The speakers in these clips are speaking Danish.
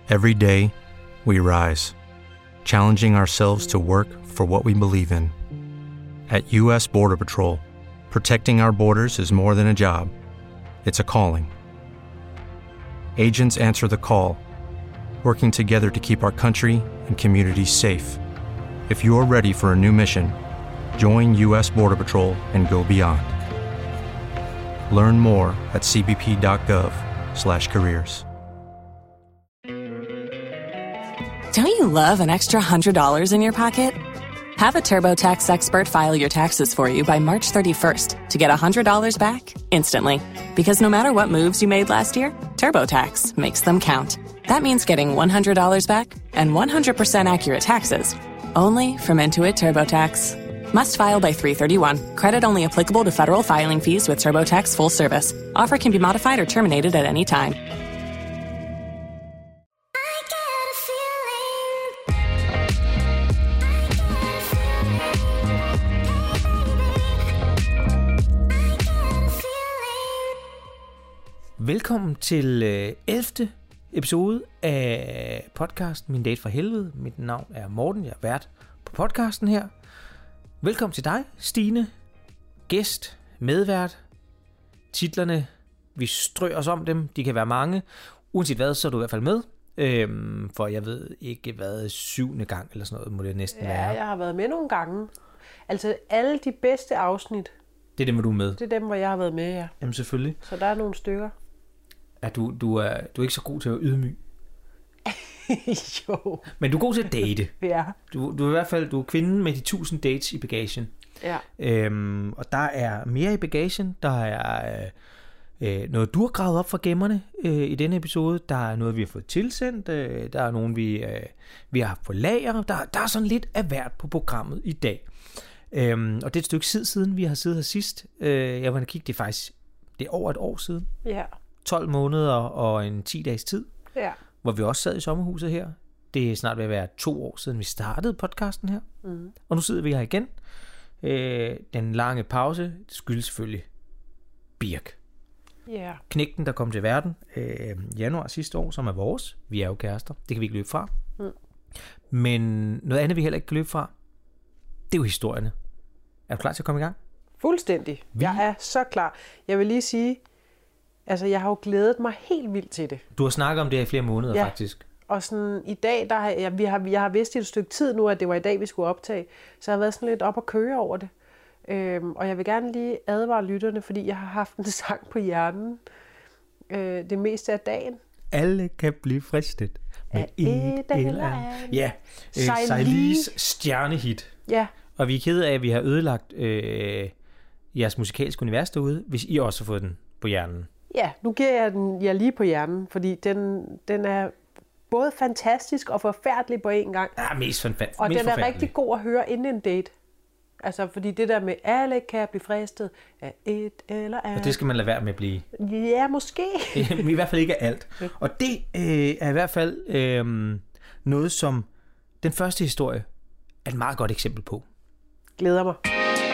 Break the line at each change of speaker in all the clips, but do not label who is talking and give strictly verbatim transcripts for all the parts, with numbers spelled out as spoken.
Every day, we rise, challenging ourselves to work for what we believe in. At U S Border Patrol, protecting our borders is more than a job. It's a calling. Agents answer the call, working together to keep our country and communities safe. If you're ready for a new mission, join U S Border Patrol and go beyond. Learn more at c b p dot gov slash careers.
Don't you love an extra one hundred dollars in your pocket? Have a TurboTax expert file your taxes for you by March thirty-first to get one hundred dollars back instantly. Because no matter what moves you made last year, TurboTax makes them count. That means getting one hundred dollars back and one hundred percent accurate taxes, only from Intuit TurboTax. Must file by three thirty-one. Credit only applicable to federal filing fees with TurboTax full service. Offer can be modified or terminated at any time.
Velkommen til øh, ellevte episode af podcasten Min Date fra Helvede. Mit navn er Morten, jeg er vært på podcasten her. Velkommen til dig, Stine. Gæst, medvært. Titlerne, vi strøger os om dem, de kan være mange. Uanset hvad, så er du i hvert fald med. Øhm, for jeg ved ikke hvad, syvende gang eller sådan noget må det næsten
ja,
være.
Ja, jeg har været med nogle gange. Altså alle de bedste afsnit.
Det er dem, hvor du er med?
Det er dem, hvor jeg har været med, ja.
Jamen selvfølgelig.
Så der er nogle stykker.
Ja, du, du, er, du er ikke så god til at ydmyge.
Jo.
Men du er god til at date.
Ja.
Du, du er i hvert fald du er kvinden med de tusind dates i bagagen.
Ja.
Øhm, og der er mere i bagagen. Der er øh, noget, du har gravet op fra gemmerne øh, i denne episode. Der er noget, vi har fået tilsendt. Øh, der er nogen, vi, øh, vi har haft på lager. Der, der er sådan lidt af hvert på programmet i dag. Øhm, og det er et stykke tid siden, vi har siddet her sidst. Øh, jeg var inde og kigge, det er faktisk det er over et år siden.
Ja.
tolv måneder og en ti dages tid.
Ja.
Hvor vi også sad i sommerhuset her. Det er snart ved at være to år siden, vi startede podcasten her. Mm. Og nu sidder vi her igen. Øh, den lange pause, det skyldes selvfølgelig Birk.
Ja.
Knægten, der kom til verden øh, januar sidste år, som er vores. Vi er jo kærester. Det kan vi ikke løbe fra. Mm. Men noget andet, vi heller ikke kan løbe fra, det er jo historierne. Er du klar til at komme i gang?
Fuldstændig. Vi... Jeg er så klar. Jeg vil lige sige, altså jeg har jo glædet mig helt vildt til det.
Du har snakket om det her i flere måneder, ja. Faktisk.
Og sådan i dag, der har jeg, vi har, jeg har vidst i et stykke tid nu, at det var i dag, vi skulle optage. Så jeg har været sådan lidt op og køre over det. Øhm, og jeg vil gerne lige advare lytterne, fordi jeg har haft en sang på hjernen øh, det meste af dagen.
Alle kan blive fristet med et eller andet. Ja, øh,
Sejlis
stjernehit.
Ja.
Og vi er kede af, at vi har ødelagt øh, jeres musikalske univers derude, hvis I også har fået den på hjernen.
Ja, nu giver jeg den jeg lige på hjernen, fordi den, den er både fantastisk og forfærdelig på en gang.
Ja, mest, fanfa-
og
mest
den er rigtig god at høre inden en date. Altså, fordi det der med, alle kan blive fristet af et eller andet.
Og det skal man lade være med at blive.
Ja, måske.
I hvert fald ikke af alt. Og det øh, er i hvert fald øh, noget, som den første historie er et meget godt eksempel på.
Glæder mig.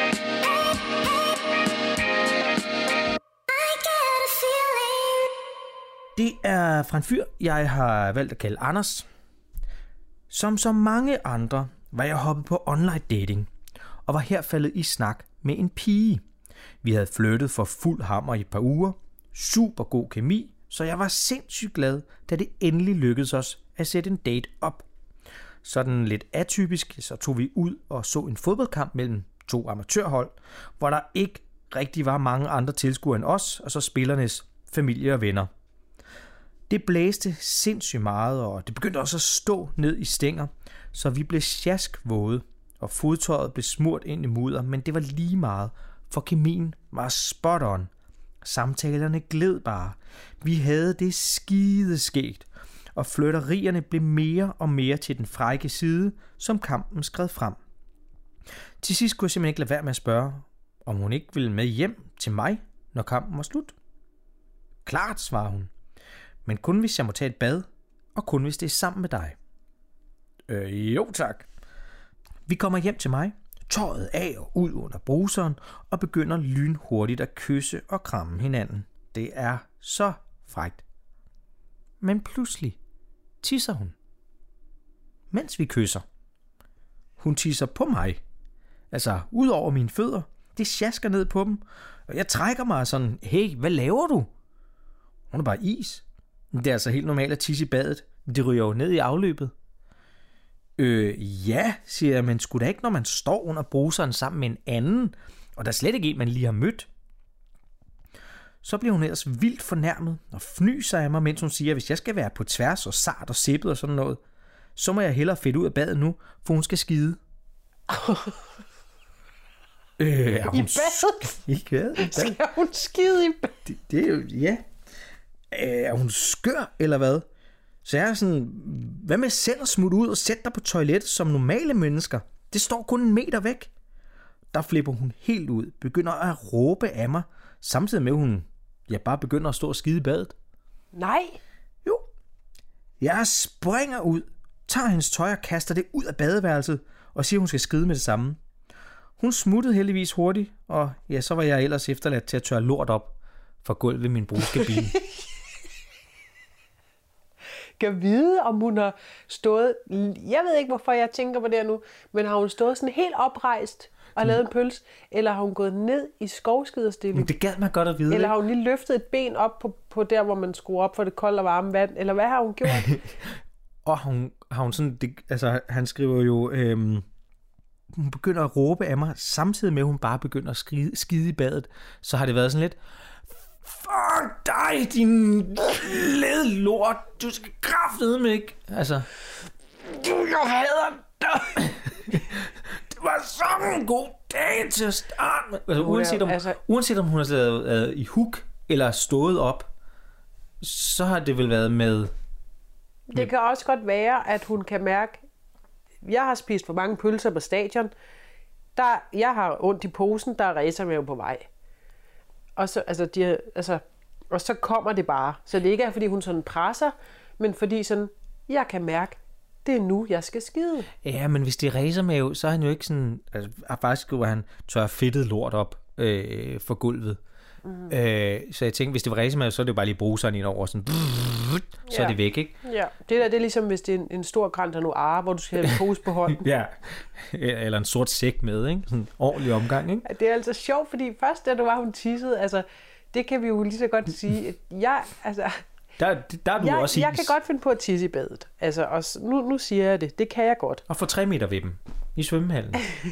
Det er fra en fyr, jeg har valgt at kalde Anders. Som så mange andre var jeg hoppet på online dating, og var her faldet i snak med en pige. Vi havde flyttet for fuld hammer i et par uger, super god kemi, så jeg var sindssygt glad, da det endelig lykkedes os at sætte en date op. Sådan lidt atypisk, så tog vi ud og så en fodboldkamp mellem to amatørhold, hvor der ikke rigtig var mange andre tilskuere end os, og så spillernes familie og venner. Det blæste sindssygt meget, og det begyndte også at stå ned i stænger, så vi blev sjaskvåde, og fodtøjet blev smurt ind i mudder, men det var lige meget, for kemien var spot on. Samtalerne gled bare. Vi havde det skideskægt, og flirterierne blev mere og mere til den frække side, som kampen skred frem. Til sidst kunne jeg simpelthen ikke lade være med at spørge, om hun ikke ville med hjem til mig, når kampen var slut. Klart, svarede hun. Men kun hvis jeg må tage et bad, og kun hvis det er sammen med dig. Øh, jo tak. Vi kommer hjem til mig, tøjet af og ud under bruseren, og begynder lynhurtigt at kysse og kramme hinanden. Det er så frækt. Men pludselig, tisser hun. Mens vi kysser. Hun tisser på mig. Altså, ud over mine fødder. Det sjasker ned på dem. Og jeg trækker mig sådan, hey, hvad laver du? Hun er bare is. Det er altså helt normalt at tisse i badet. Det ryger jo ned i afløbet. Øh, ja, siger jeg, men sgu da ikke, når man står under bruseren sammen med en anden, og der er slet ikke en, man lige har mødt. Så bliver hun ellers vildt fornærmet og fnyser af mig, mens hun siger, at hvis jeg skal være på tværs og sart og sippet og sådan noget, så må jeg hellere fedte ud af badet nu, for hun skal skide. øh,
I badet?
I badet?
Skal hun skide i badet?
Det, det er jo, ja. Er hun skør, eller hvad? Så jeg er sådan, hvad med selv at smutte ud og sætte dig på toilettet som normale mennesker? Det står kun en meter væk. Der flipper hun helt ud, begynder at råbe af mig, samtidig med, at hun ja, bare begynder at stå og skide i badet.
Nej.
Jo. Jeg springer ud, tager hendes tøj og kaster det ud af badeværelset, og siger, hun skal skide med det samme. Hun smuttede heldigvis hurtigt, og ja, så var jeg ellers efterladt til at tørre lort op fra gulvet ved min brugskabine.
Kan vide, om hun har stået... Jeg ved ikke, hvorfor jeg tænker på det nu, men har hun stået sådan helt oprejst og lavet en pølse, eller har hun gået ned i skovskiderstilling?
Det gad man godt at vide.
Eller har hun lige løftet et ben op på, på der, hvor man skruer op for det kolde og varme vand? Eller hvad har hun gjort?
Og hun, har hun sådan... Det, altså, han skriver jo... Øhm, hun begynder at råbe af mig, samtidig med, at hun bare begynder at skide, skide i badet. Så har det været sådan lidt... Fuck dig, din led lort. Du skal kraftedeme ikke. Altså... Du, jeg hader dig. Det var sådan en god dag til at starte med. Altså, uanset, om, altså... uanset om hun har siddet uh, i huk eller stået op, så har det vel været med... med...
Det kan også godt være, at hun kan mærke... Jeg har spist for mange pølser på stadion. Der, jeg har ondt i posen, der er racermave på vej. Og så, altså, de, altså, og så kommer det bare. Så det ikke er, fordi hun sådan presser, men fordi sådan, jeg kan mærke, det er nu, jeg skal skide.
Ja, men hvis det er racermave, så er han jo ikke sådan... Altså, faktisk skriver han, tør fedtet lort op øh, for gulvet. Mm. Øh, så jeg tænkte, hvis det var racermave, så er det jo bare lige bruseren ind over, sådan, så ja. Er det væk, ikke?
Ja, det der, det er ligesom, hvis det er en, en stor Grand Noir, hvor du skal have en pose på hånden.
Ja, eller en sort sæk med, ikke? Sådan en ordentlig omgang, ikke?
Ja, det er altså sjovt, fordi først, da du var, hun tissede, altså, det kan vi jo lige så godt sige, at jeg, altså...
Der, der er du
jeg,
også
jeg kan godt finde på at tisse i badet. Altså, og nu, nu siger jeg det. Det kan jeg godt.
Og få tre meter ved dem i svømmehallen.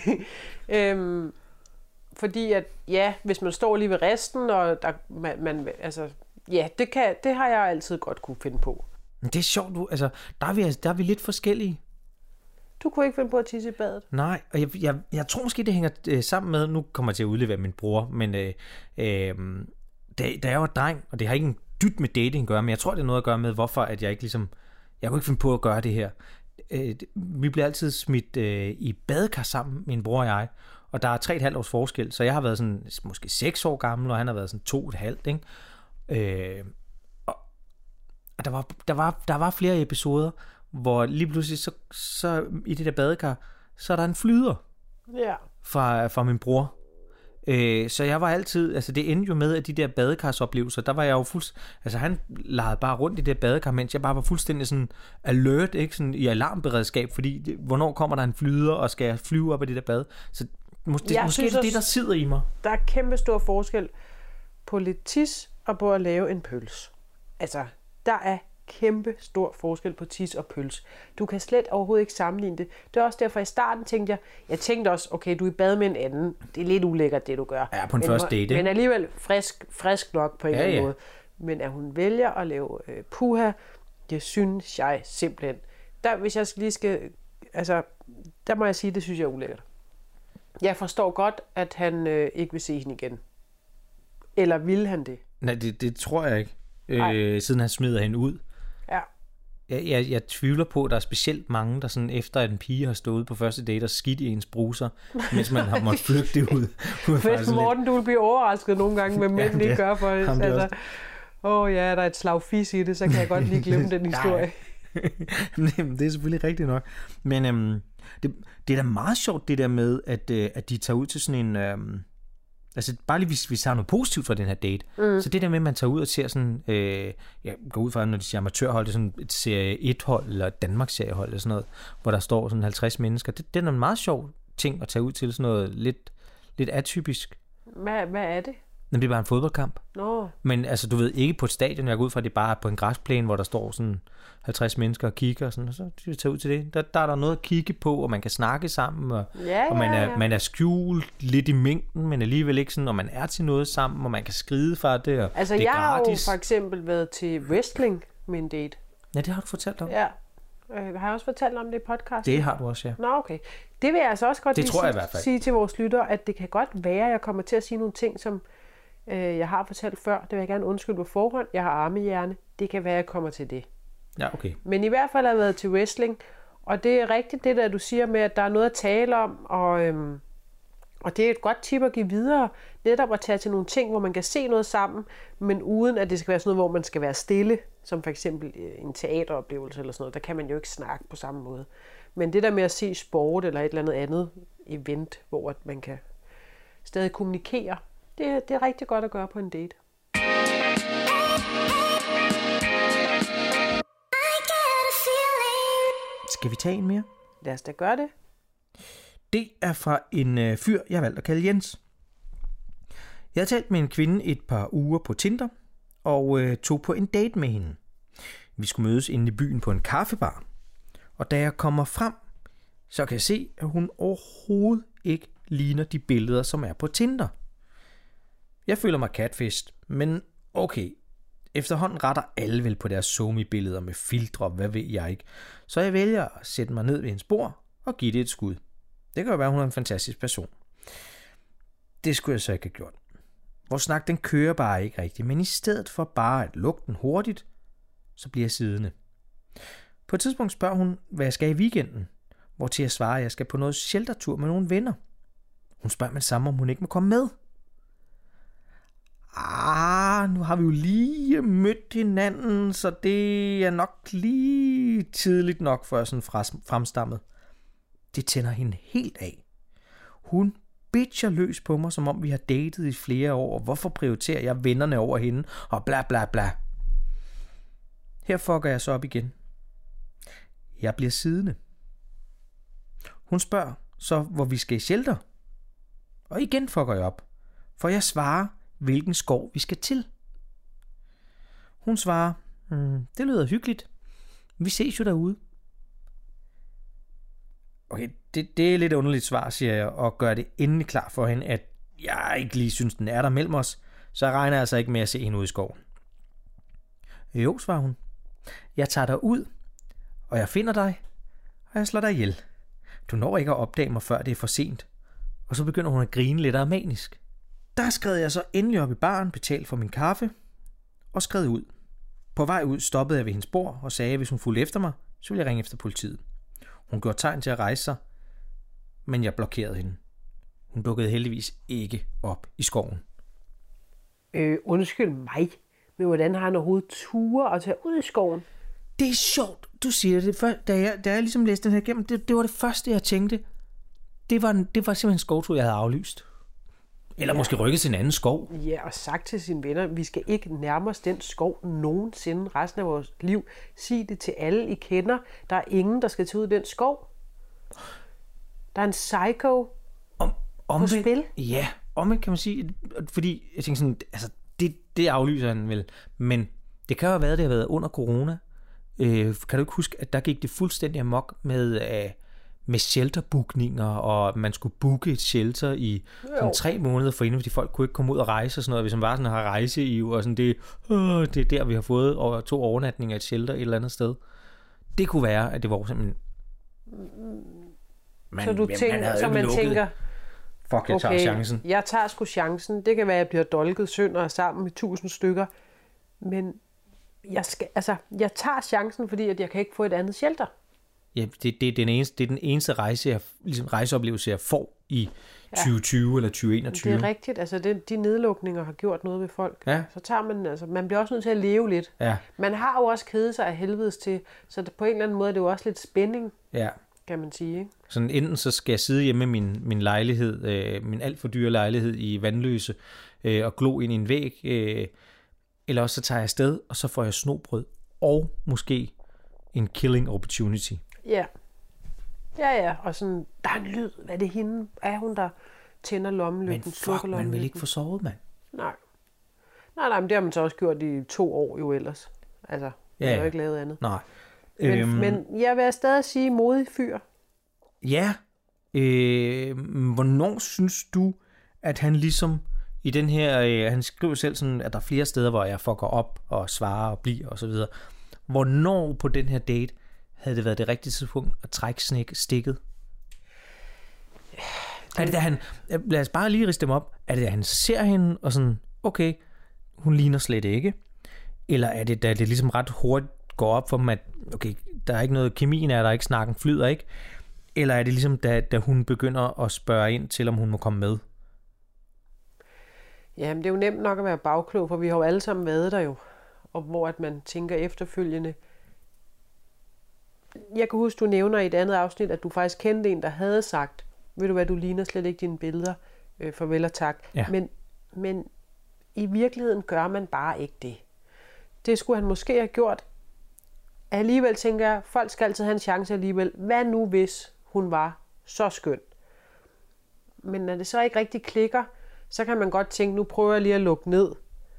øhm, fordi at, ja, hvis man står lige ved resten, og der, man, man altså, ja, det, kan, det har jeg altid godt kunne finde på.
Men det er sjovt, du, altså, der er, vi, der er vi lidt forskellige.
Du kunne ikke finde på at tisse i badet?
Nej, og jeg, jeg, jeg tror måske, det hænger øh, sammen med, nu kommer jeg til at udlevere min bror, men øh, øh, da, da jeg var dreng, og det har ikke en dyt med dating at gøre, men jeg tror, det er noget at gøre med, hvorfor at jeg ikke ligesom, jeg kunne ikke finde på at gøre det her. Øh, vi blev altid smidt øh, i badekar sammen, min bror og jeg, og der er tre et halvt års forskel, så jeg har været sådan, måske seks år gammel, og han har været sådan to et halvt, ikke? Øh, og, og der var, der, var, der var flere episoder, hvor lige pludselig, så, så i det der badekar, så er der en flyder
ja.
fra, fra min bror. Øh, så jeg var altid, altså det endte jo med, at de der badekarsoplevelser, der var jeg jo fuldstændig, altså han legede bare rundt i det der badekar, mens jeg bare var fuldstændig sådan alert, ikke? Sådan i alarmberedskab, fordi det, hvornår kommer der en flyder, og skal jeg flyve op af det der bad? Så måske, det, måske er det det, der sidder i mig.
Der er kæmpe stor forskel på lidt tis og på at lave en pølse. Altså, der er kæmpe stor forskel på tis og pølse. Du kan slet overhovedet ikke sammenligne det. Det er også derfor, i starten tænkte jeg, jeg tænkte også, okay, du er i bad med en anden. Det er lidt ulækkert, det du gør.
Ja, på en
men,
første date.
Men alligevel frisk, frisk nok på en
ja,
eller anden
ja.
måde. Men at hun vælger at lave øh, puha, det synes jeg simpelthen. Der, hvis jeg lige skal, altså, der må jeg sige, det synes jeg er ulækkert. Jeg forstår godt, at han øh, ikke vil se hende igen. Eller vil han det?
Nej, det, det tror jeg ikke. Øh, siden han smider hende ud.
Ja.
Jeg, jeg, jeg tvivler på, at der er specielt mange, der sådan efter at en pige har stået på første date og skidt i ens bruser, mens man har måttet flygte ud.
Men Morten, du vil blive overrasket nogle gange, med mænd ikke gør for det. Altså, åh oh, ja, der er et slag fis i det, så kan jeg godt lige glemme den historie.
Det er selvfølgelig rigtigt nok. Men øhm, det, det er da meget sjovt det der med, at, øh, at de tager ud til sådan en... Øhm, Altså bare lige, hvis, hvis der er noget positivt fra den her date. Mm. Så det der med, at man tager ud og ser sådan, øh, jeg går ud fra, når de siger amatørhold, det er sådan et serie et-hold, eller et Danmarks-seriehold, eller sådan noget, hvor der står sådan halvtreds mennesker. Det, det er en meget sjov ting at tage ud til, sådan noget lidt, lidt atypisk.
Hvad, hvad er det?
Men det er bare en fodboldkamp.
Nå.
Men altså, du ved, ikke på et stadion. Jeg går ud fra, at det er bare på en græsplæne, hvor der står sådan halvtreds mennesker og kigger, og, sådan, og så de tager ud til det. Der, der er der noget at kigge på, og man kan snakke sammen, og,
ja,
og man, er,
ja, ja.
man er skjult lidt i mængden, men alligevel ikke sådan, og man er til noget sammen, og man kan skride fra det, og
altså,
det er
jeg
gratis.
har jo for eksempel været til wrestling med en date.
Ja, det har du fortalt om.
Ja. Øh, har jeg også fortalt om det i podcasten?
Det har du også, ja.
Nå, okay. Det vil jeg altså også godt
det
lige
tror jeg
sige,
i hvert fald.
sige til vores lyttere, at det kan godt være, at jeg kommer til at sige nogle ting, som øh, jeg har fortalt før. Det vil jeg gerne undskylde på forhånd. Jeg har armehjerne. Det kan være, at jeg kommer til det.
Ja, okay.
Men i hvert fald har jeg været til wrestling, og det er rigtigt det der, du siger med, at der er noget at tale om, og, øhm, og det er et godt tip at give videre, netop at tage til nogle ting, hvor man kan se noget sammen, men uden at det skal være sådan noget, hvor man skal være stille, som for eksempel en teateroplevelse eller sådan noget. Der kan man jo ikke snakke på samme måde. Men det der med at se sport eller et eller andet andet event, hvor man kan stadig kommunikere, det, det er rigtig godt at gøre på en date.
Skal vi tage en mere?
Lad os da gøre det.
Det er fra en øh, fyr, jeg har valgt at kalde Jens. Jeg har talt med en kvinde et par uger på Tinder, og øh, tog på en date med hende. Vi skulle mødes inde i byen på en kaffebar. Og da jeg kommer frem, så kan jeg se, at hun overhovedet ikke ligner de billeder, som er på Tinder. Jeg føler mig catfished, men okay. Efterhånden retter alle vel på deres SoMe-billeder med filtre, hvad ved jeg ikke. Så jeg vælger at sætte mig ned ved hendes bord og give det et skud. Det kan jo være, at hun er en fantastisk person. Det skulle jeg så ikke have gjort. Vores snak, den kører bare ikke rigtigt, men i stedet for bare at lukke den hurtigt, så bliver jeg siddende. På et tidspunkt spørger hun, hvad jeg skal i weekenden, hvor til jeg svarer, at jeg skal på noget sheltertur med nogle venner. Hun spørger mig samme, om hun ikke må komme med. Ah, nu har vi jo lige mødt hinanden, så det er nok lige tidligt nok for sådan fremstammet. Det tænder hende helt af. Hun bitcher løs på mig, som om vi har datet i flere år. Hvorfor prioriterer jeg vennerne over hende? Og bla bla bla. Her fucker jeg så op igen. Jeg bliver siddende. Hun spørger så, hvor vi skal i shelter. Og igen fucker jeg op. For jeg svarer, hvilken skov vi skal til. Hun svarer, mm, det lyder hyggeligt. Vi ses jo derude. Okay, det, det er lidt underligt svar, siger jeg, og gør det endelig klar for hende, at jeg ikke lige synes, den er der mellem os, så jeg regner altså ikke med at se hende ude i skoven. Jo, svarer hun. Jeg tager dig ud, og jeg finder dig, og jeg slår dig ihjel. Du når ikke at opdage mig, før det er for sent. Og så begynder hun at grine lidt armanisk. Der skred jeg så endelig op i baren, betalt for min kaffe, og skred ud. På vej ud stoppede jeg ved hendes bord og sagde, at hvis hun fulgte efter mig, så ville jeg ringe efter politiet. Hun gjorde tegn til at rejse sig, men jeg blokerede hende. Hun dukkede heldigvis ikke op i skoven.
Øh, undskyld mig, men hvordan har han overhovedet ture at tage ud i skoven?
Det er sjovt, du siger det. For, da, jeg, da jeg ligesom læste den her igennem, det, det var det første, jeg tænkte. Det var, det var simpelthen en skovtur, jeg havde aflyst. Eller ja. Måske rykket til en anden skov.
Ja, og sagt til sine venner, vi skal ikke nærme os den skov nogensinde resten af vores liv. Sig det til alle, I kender. Der er ingen, der skal tage ud i den skov. Der er en psycho
om, om
på spil.
Ja, omvendt kan man sige. Fordi jeg tænker sådan, altså det, det aflyser han vel. Men det kan jo have været, det har været under corona. Øh, kan du ikke huske, at der gik det fuldstændig amok med... Øh, med shelterbookninger, og man skulle booke et shelter i sådan tre måneder for inden, fordi folk kunne ikke komme ud og rejse og sådan noget, hvis man bare sådan har rejse i, og sådan det, øh, det er der, vi har fået over to overnatninger i et shelter et eller andet sted. Det kunne være, at det var simpelthen... Man,
så du tænker, så man lukket. tænker,
fuck, jeg okay, tager chancen.
Jeg tager sgu chancen. Det kan være, at jeg bliver dolket sønder sammen med tusind stykker, men jeg, skal, altså, jeg tager chancen, fordi at jeg kan ikke få et andet shelter.
Ja, det, det, er den eneste, det er den eneste rejse, jeg, ligesom rejseoplevelse, jeg får i tyve tyve ja. Eller tyve enogtyve.
Det er rigtigt. Altså, det, de nedlukninger har gjort noget ved folk.
Ja.
Så tager man, altså, man bliver også nødt til at leve lidt.
Ja.
Man har jo også kedet sig af helvedes til, så det, på en eller anden måde er det jo også lidt spænding,
ja.
kan man sige. Ikke?
Sådan enten så skal jeg sidde hjemme i min, min lejlighed, øh, min alt for dyre lejlighed i Vandløse, øh, og glo ind i en væg, øh, eller også så tager jeg afsted, og så får jeg snobrød, og måske en killing opportunity.
Ja. Ja, ja, og sådan, der er en lyd. Hvad er det hende? Er hun, der tænder lommelygten?
Men fuck, man vil ikke få sovet, mand.
Nej. Nej, nej, men det har man så også gjort i to år jo ellers. Altså, jeg
ja,
har jo ikke lavet andet.
Nej.
Men, øhm, men jeg vil stadig sige modig fyr.
Ja. Øh, hvornår synes du, at han ligesom i den her, øh, han skriver selv sådan, at der er flere steder, hvor jeg fucker op og svarer og bliver og så videre. Hvornår på den her date havde det været det rigtige tidspunkt at trække snik, stikket? Er det da han, lad os bare lige riste dem op, er det da han ser hende og sådan, okay, hun ligner slet ikke? Eller er det da det ligesom ret hurtigt går op for dem, at okay, der er ikke noget, kemien er der ikke, snakken flyder ikke? Eller er det ligesom da, da hun begynder at spørge ind til, om hun må komme med?
Jamen det er jo nemt nok at være bagklog, for vi har jo alle sammen været der jo. Og hvor at man tænker efterfølgende. Jeg kan huske, du nævner i et andet afsnit, at du faktisk kendte en, der havde sagt, ved du hvad, du ligner slet ikke dine billeder, øh, farvel og tak.
Ja.
Men, men i virkeligheden gør man bare ikke det. Det skulle han måske have gjort. Alligevel tænker jeg, folk skal altid have en chance alligevel. Hvad nu hvis hun var så skøn? Men når det så ikke rigtig klikker, så kan man godt tænke, nu prøver jeg lige at lukke ned.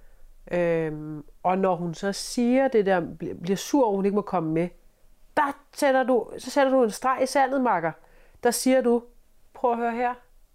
Øhm, og når hun så siger det der, bliver sur, og hun ikke må komme med, der sætter du, så sætter du en streg i sandet, makker. Der siger du, prøv at høre her.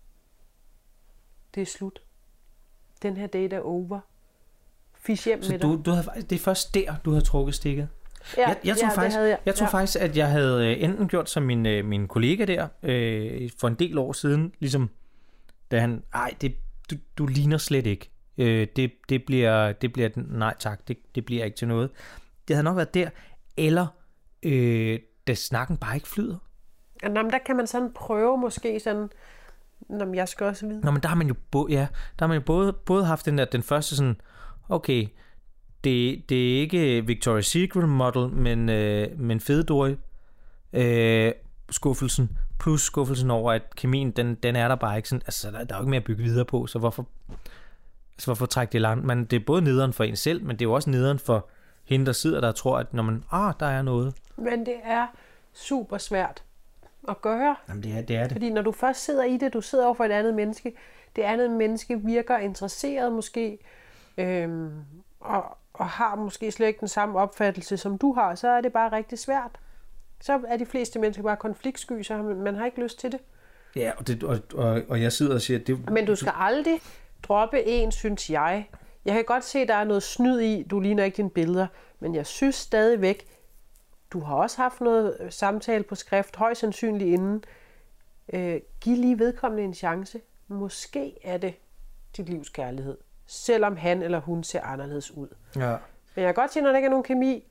Det er slut. Den her date er over. Fisk hjem
så
med
du,
dig.
du havde, det er først der, du har trukket stikket?
Ja,
jeg, jeg tror
ja,
faktisk,
jeg.
jeg tror
ja.
faktisk, at jeg havde enten gjort som min, øh, min kollega der, øh, for en del år siden, ligesom, da han, ej, det, du, du ligner slet ikke. Øh, det, det, bliver, det bliver, nej tak, det, det bliver ikke til noget. Det havde nok været der, eller øh, da snakken bare ikke flyder.
Nå, men der kan man sådan prøve måske sådan, når jeg skal også vide.
Nå, men der har man jo, bo, ja, der har man jo både, både haft den der, den første sådan, okay, det, det er ikke Victoria's Secret model, men, øh, men Fededori øh, skuffelsen, plus skuffelsen over, at kemien, den, den er der bare ikke sådan, altså der, der er jo ikke mere at bygge videre på, så hvorfor, altså, hvorfor trække det langt? Men det er både nederen for en selv, men det er jo også nederen for hende, der sidder der og tror, at når man, ah, der er noget.
Men det er super svært at gøre.
Jamen det er det. Er det.
Fordi når du først sidder i det, du sidder over for et andet menneske, det andet menneske virker interesseret måske, øhm, og, og har måske slet ikke den samme opfattelse, som du har, så er det bare rigtig svært. Så er de fleste mennesker bare konfliktsky, så man, man har ikke lyst til det.
Ja, og, det, og, og, og jeg sidder og siger... Det,
Men du skal aldrig droppe en, synes jeg. Jeg kan godt se, at der er noget snyd i, du ligner ikke dine billeder, men jeg synes stadigvæk, du har også haft noget samtale på skrift, højst sandsynligt inden. Øh, giv lige vedkommende en chance. Måske er det dit livs kærlighed, selvom han eller hun ser anderledes ud.
Ja.
Men jeg kan godt se, når der ikke er nogen kemi,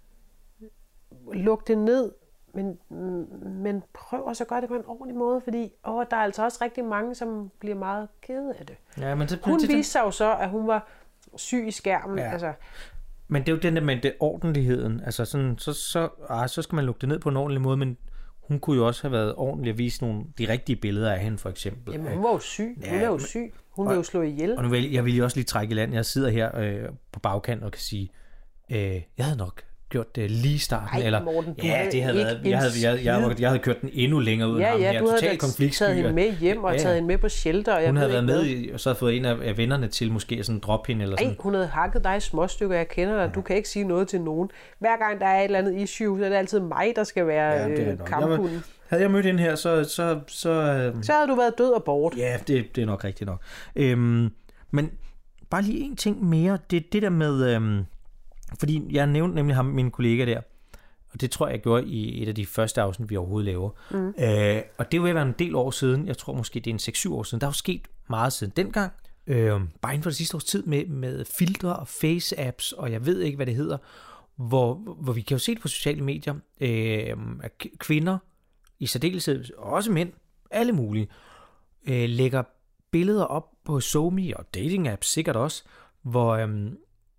luk det ned, men, men prøv også at gøre det på en ordentlig måde, fordi åh, der er altså også rigtig mange, som bliver meget kede af det.
Ja, men det
hun
det,
viste sig jo så, at hun var syg i skærmen.
Ja.
Altså.
Men det er jo den der med det ordentligheden. Altså sådan, så, så, ah, så skal man lukke det ned på en ordentlig måde, men hun kunne jo også have været ordentlig at vise nogle, de rigtige billeder af hende, for eksempel.
Jamen, hun var jo syg. Hun
ja,
er jo
men,
syg. Hun vil jo slå ihjel.
Og nu vil jeg vil jo også lige trække i land. Jeg sidder her øh, på bagkant og kan sige, øh, jeg havde nok gjort det lige i starten.
Ej,
eller,
Morten, du
ja,
havde
det havde
ikke
været, jeg havde, jeg, jeg, jeg, jeg havde kørt den endnu længere ud
ja,
end ham
ja,
her.
du havde taget hende med hjem og
ja.
taget hende med på shelter. Og jeg
hun havde været med,
med
i, og så havde fået en af, af vennerne til måske at sådan droppe hende. Eller sådan.
Ej, hun havde hakket dig i småstykker, jeg kender dig. Du kan ikke sige noget til nogen. Hver gang der er et eller andet issue, så er det altid mig, der skal være ja, øh, kamphunden.
Havde jeg mødt hende her, så... Så, så, øh,
så havde du været død og bort.
Ja, det, det er nok rigtigt nok. Øhm, men bare lige en ting mere. Det er det der med... Øhm, fordi jeg nævnte nemlig ham, min kollega der, og det tror jeg, jeg gjorde i et af de første afsnit, vi overhovedet laver. Mm. Øh, og det vil være en del år siden. Jeg tror måske, det er en seks syv år siden. Der er jo sket meget siden dengang. Øh, bare inden for det sidste års tid med, med filtre og face-apps, og jeg ved ikke, hvad det hedder, hvor, hvor vi kan jo se det på sociale medier, øh, at kvinder, i særdeleshed, også mænd, alle mulige, øh, lægger billeder op på SoMe og dating-apps sikkert også, hvor, øh,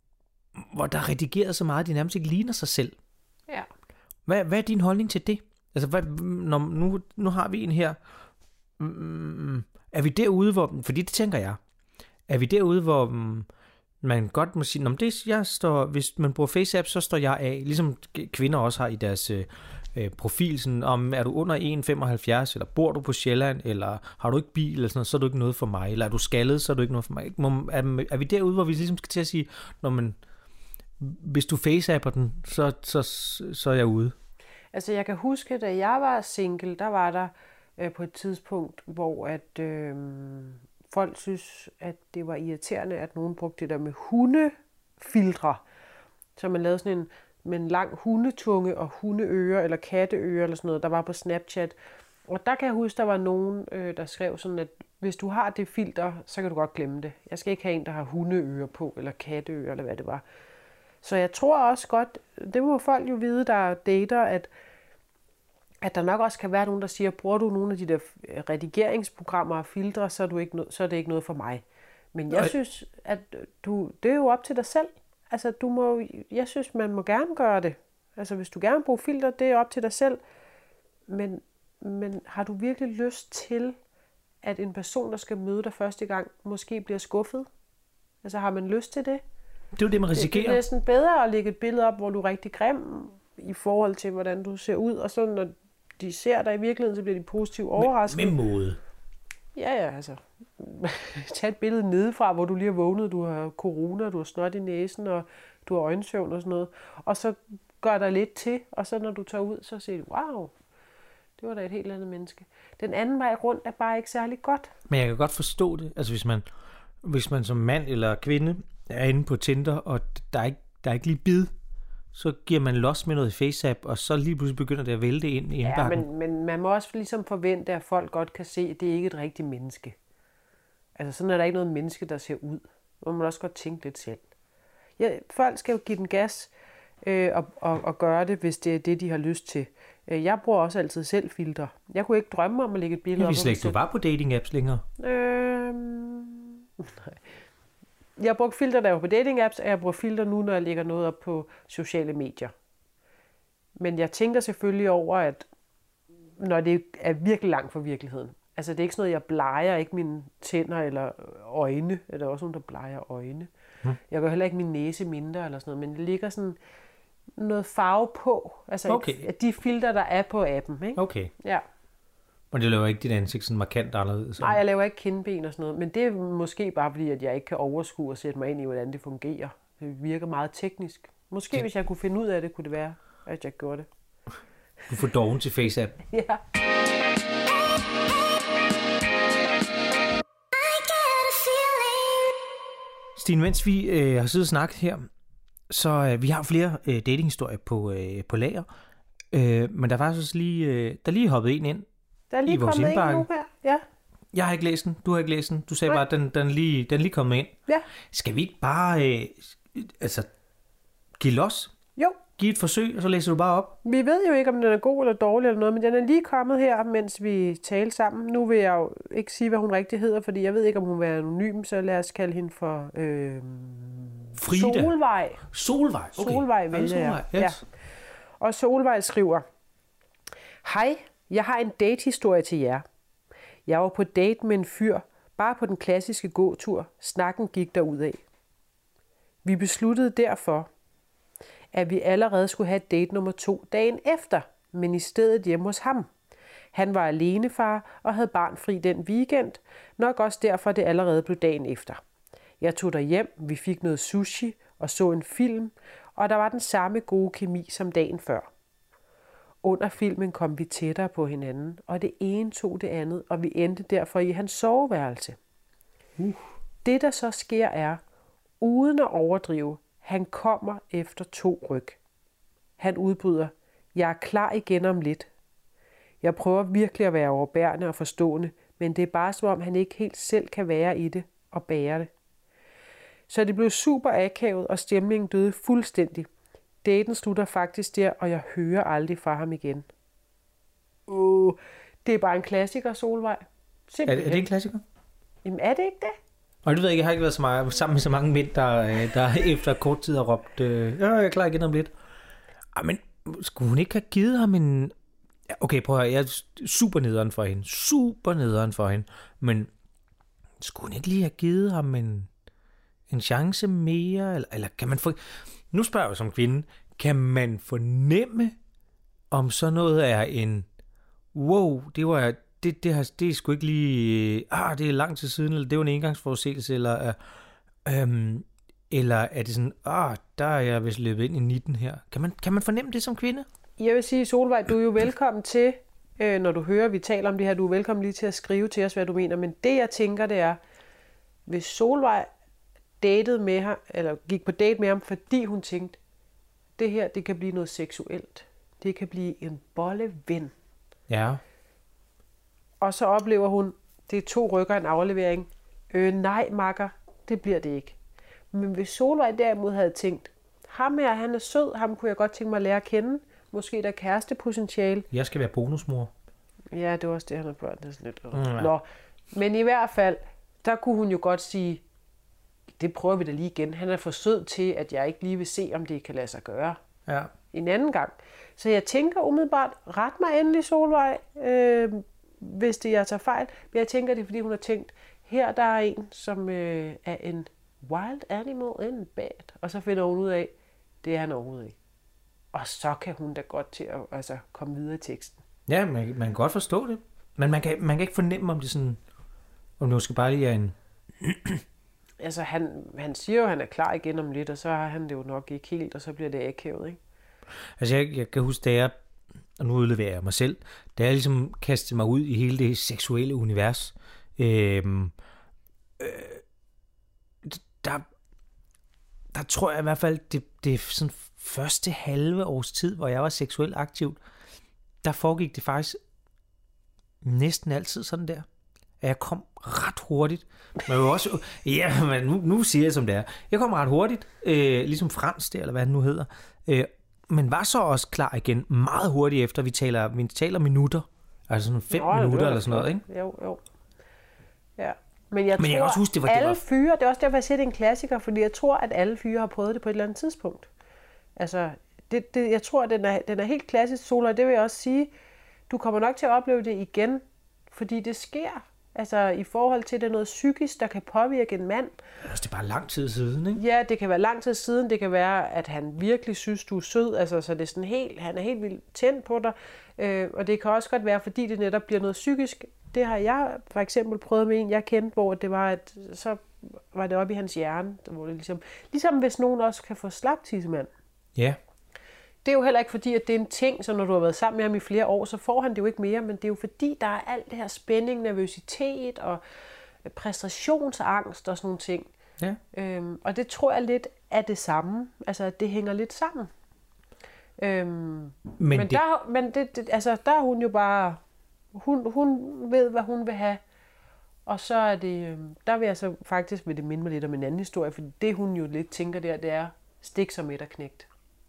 hvor der er redigeret så meget, at de nærmest ikke ligner sig selv.
Ja.
Hvad, hvad er din holdning til det? Altså, hvad, når, nu, nu har vi en her. Mm, er vi derude, hvor... Fordi det tænker jeg. Er vi derude, hvor mm, man godt må sige, det, jeg står, hvis man bruger FaceApp, så står jeg af. Ligesom kvinder også har i deres øh, profil. Sådan, om er du under en komma femoghalvfjerds, eller bor du på Sjælland, eller har du ikke bil, eller sådan noget, så er du ikke noget for mig. Eller er du skaldet, så er du ikke noget for mig. Må, er, er vi derude, hvor vi ligesom skal til at sige, når man... Hvis du faceapper den, så, så, så er jeg ude.
Altså, jeg kan huske, da jeg var single, der var der øh, på et tidspunkt, hvor at øh, folk synes, at det var irriterende, at nogen brugte det der med hundefiltre. Så man lavede sådan en med en lang hundetunge og hundeører eller katteører eller sådan noget, der var på Snapchat. Og der kan jeg huske, der var nogen, øh, der skrev sådan, at hvis du har det filter, så kan du godt glemme det. Jeg skal ikke have en, der har hundeører på, eller katteører, eller hvad det var. Så jeg tror også godt, det må folk jo vide, der dater, at, at der nok også kan være nogen, der siger, bruger du nogle af de der redigeringsprogrammer og filtre, så er, du ikke no- så er det ikke noget for mig. Men jeg Nej. synes, at du, det er jo op til dig selv. Altså, du må, jeg synes, man må gerne gøre det. Altså, hvis du gerne vil bruge filter, det er op til dig selv. Men, men har du virkelig lyst til, at en person, der skal møde dig første gang, måske bliver skuffet? Altså, har man lyst til det?
Det er jo det, man risikerer.
Det er næsten bedre at lægge et billede op, hvor du er rigtig grim i forhold til, hvordan du ser ud. Og så når de ser dig i virkeligheden, så bliver de positivt overrasket.
Med, med måde.
Ja, ja, altså. Tag et billede nedefra, hvor du lige har vågnet, du har corona, du har snot i næsen, og du har øjensøvn og sådan noget. Og så gør der lidt til, og så når du tager ud, så siger du, wow, det var da et helt andet menneske. Den anden vej rundt er bare ikke særlig godt.
Men jeg kan godt forstå det. Altså hvis man, hvis man som mand eller kvinde er inde på Tinder, og der er ikke, der er ikke lige bid, så giver man los med noget FaceApp, og så lige pludselig begynder det at vælte ind i indbakken.
Ja, men, men man må også ligesom forvente, at folk godt kan se, at det ikke er et rigtigt menneske. Altså sådan er der ikke noget menneske, der ser ud. Man må også godt tænke lidt selv. Ja, folk skal jo give den gas øh, og, og, og gøre det, hvis det er det, de har lyst til. Jeg bruger også altid selv filter. Jeg kunne ikke drømme om at lægge et billede op.
Jeg vidste ikke, du var på dating-apps længere.
Øh, nej. Jeg bruger filter, der var på dating-apps, og jeg bruger filter nu, når jeg lægger noget op på sociale medier. Men jeg tænker selvfølgelig over, at når det er virkelig langt fra virkeligheden. Altså det er ikke sådan noget, jeg bleger ikke mine tænder eller øjne. Der er også nogen, der bleger øjne. Hmm. Jeg gør heller ikke min næse mindre eller sådan noget, men det ligger sådan noget farve på. Altså
okay.
et, de filter, der er på appen. Ikke?
Okay.
Ja.
Og det laver ikke dit ansigt sådan markant anderledes?
Nej, jeg laver ikke kindben og sådan noget. Men det er måske bare fordi, at jeg ikke kan overskue og sætte mig ind i, hvordan det fungerer. Det virker meget teknisk. Måske ja. Hvis jeg kunne finde ud af det, kunne det være, at jeg gjorde det.
Du får doven til FaceApp.
Ja.
Stine, mens vi øh, har siddet og snakket her, så øh, vi har flere øh, datinghistorier på, øh, på lager. Øh, men der var faktisk lige, øh, der lige hoppet en ind.
Der er lige kommet ind nu her, ja.
Jeg har ikke læst den, du har ikke læst den. Du sagde Nej. bare, at den, den, lige, den lige kommet ind.
Ja.
Skal vi ikke bare øh, altså, give los?
Jo.
Giv et forsøg, og så læser du bare op?
Vi ved jo ikke, om den er god eller dårlig eller noget, men den er lige kommet her, mens vi talte sammen. Nu vil jeg jo ikke sige, hvad hun rigtig hedder, fordi jeg ved ikke, om hun vil være anonym, så lad os kalde hende for øh,
Frida.
Solvej.
Solvej, okay.
Solvej vælger jeg. Yes. Ja. Og Solvej skriver, hej, jeg har en datehistorie til jer. Jeg var på date med en fyr, bare på den klassiske gåtur. Snakken gik derudad. Vi besluttede derfor, at vi allerede skulle have date nummer to dagen efter, men i stedet hjemme hos ham. Han var alenefar og havde barnfri den weekend, nok også derfor det allerede blev dagen efter. Jeg tog derhjem, vi fik noget sushi og så en film, og der var den samme gode kemi som dagen før. Under filmen kom vi tættere på hinanden, og det ene tog det andet, og vi endte derfor i hans soveværelse. Uh. Det der så sker er, uden at overdrive, han kommer efter to ryg. Han udbryder, jeg er klar igen om lidt. Jeg prøver virkelig at være overbærende og forstående, men det er bare som om han ikke helt selv kan være i det og bære det. Så det blev super akavet, og stemningen døde fuldstændig. Daten slutter faktisk der, og jeg hører aldrig fra ham igen. Uh, det er bare en klassiker, Solvej.
Er det, er det en klassiker?
Jamen er det ikke det?
Og du ved ikke, jeg har ikke været så meget, sammen med så mange mænd, der, der efter kort tid har råbt, øh, ja, jeg er klar igen om lidt. Ej, men skulle hun ikke have givet ham en, Okay, prøv at høre, jeg er super nederen for hende. Super nederen for hende. Men skulle hun ikke lige have givet ham en, en chance mere? Eller, eller kan man få... Nu spørger jeg som kvinde, kan man fornemme, om sådan noget er en... Wow, det var... Det, det, har, det er sgu ikke lige... Ah, det er lang tid siden, eller det var en engangsforseelse, eller... Øhm, eller er det sådan... Ah, der er jeg vist løbet ind i nitten her. Kan man, kan man fornemme det som kvinde?
Jeg vil sige, Solvej, du er jo velkommen til, øh, når du hører, vi taler om det her, du er velkommen lige til at skrive til os, hvad du mener. Men det, jeg tænker, det er, hvis Solvej datede med ham, eller gik på date med ham, fordi hun tænkte, det her, det kan blive noget seksuelt. Det kan blive en bolleven.
Ja.
Og så oplever hun, det er to rykker en aflevering. Øh, nej, makker, det bliver det ikke. Men hvis Solvej derimod havde tænkt, ham her, han er sød, ham kunne jeg godt tænke mig at lære at kende. Måske der er kærestepotentiale.
Jeg skal være bonusmor.
Ja, det var også det, han har børn. Det er sådan lidt.
Mm, ja.
Nå, men i hvert fald, der kunne hun jo godt sige, det prøver vi da lige igen. Han er for sød til, at jeg ikke lige vil se, om det kan lade sig gøre.
Ja.
En anden gang. Så jeg tænker umiddelbart, ret mig endelig, Solvej, øh, hvis det jeg tager fejl. Men jeg tænker, det er, fordi hun har tænkt, her der er en, som øh, er en wild animal in bed. Og så finder hun ud af, det er han overhovedet ikke. Og så kan hun da godt til at altså, komme videre i teksten.
Ja, man, man kan godt forstå det. Men man kan, man kan ikke fornemme, om det sådan... Om det måske bare lige er en...
altså, han, han siger jo, at han er klar igen om lidt, og så har han det jo nok ikke helt, og så bliver det akavet, ikke?
Altså, jeg, jeg kan huske, da jeg... Og nu udleverer jeg mig selv. Da jeg ligesom kastede mig ud i hele det seksuelle univers. Øh, øh, der... Der tror jeg i hvert fald, det, det er sådan første halve års tid, hvor jeg var seksuelt aktiv, der foregik det faktisk næsten altid sådan der. At jeg kom ret hurtigt. Men jo også, ja, men nu, nu siger jeg som det er. Jeg kom ret hurtigt, øh, ligesom Frans der, eller hvad det nu hedder. Øh, men var så også klar igen meget hurtigt efter, vi taler, vi taler minutter. Altså sådan fem Nå, minutter eller sådan noget, ikke?
Jo, jo. Ja. Men jeg
men
tror,
jeg også huske, det var,
alle
det var...
fyre, det er også derfor, jeg siger, det er en klassiker, fordi jeg tror, at alle fyre har prøvet det på et eller andet tidspunkt. Altså, det, det, jeg tror, den er, den er helt klassisk, Solvej. Det vil jeg også sige, du kommer nok til at opleve det igen, fordi det sker. Altså, i forhold til, det er noget psykisk, der kan påvirke en mand.
Altså, det er bare lang tid siden, ikke?
Ja, det kan være lang tid siden. Det kan være, at han virkelig synes, du er sød. Altså, så det er sådan helt, han er helt vildt tændt på dig. Øh, og det kan også godt være, fordi det netop bliver noget psykisk. Det har jeg for eksempel prøvet med en, jeg kendte, hvor det var, at så var det oppe i hans hjerne. Hvor det ligesom, ligesom hvis nogen også kan få slaptissemand.
Ja.
Det er jo heller ikke fordi, at det er en ting, så når du har været sammen med ham i flere år, så får han det jo ikke mere, men det er jo fordi, der er alt det her spænding, nervøsitet og præstationsangst og sådan nogle ting.
Ja.
Øhm, og det tror jeg lidt er det samme, altså at det hænger lidt sammen. Øhm, men men, det... Der, men det, det, altså, der er hun jo bare, hun, hun ved, hvad hun vil have, og så er det, der vil jeg så faktisk, vil det minde mig lidt om en anden historie, for det hun jo lidt tænker der, det er stik som etterknægt.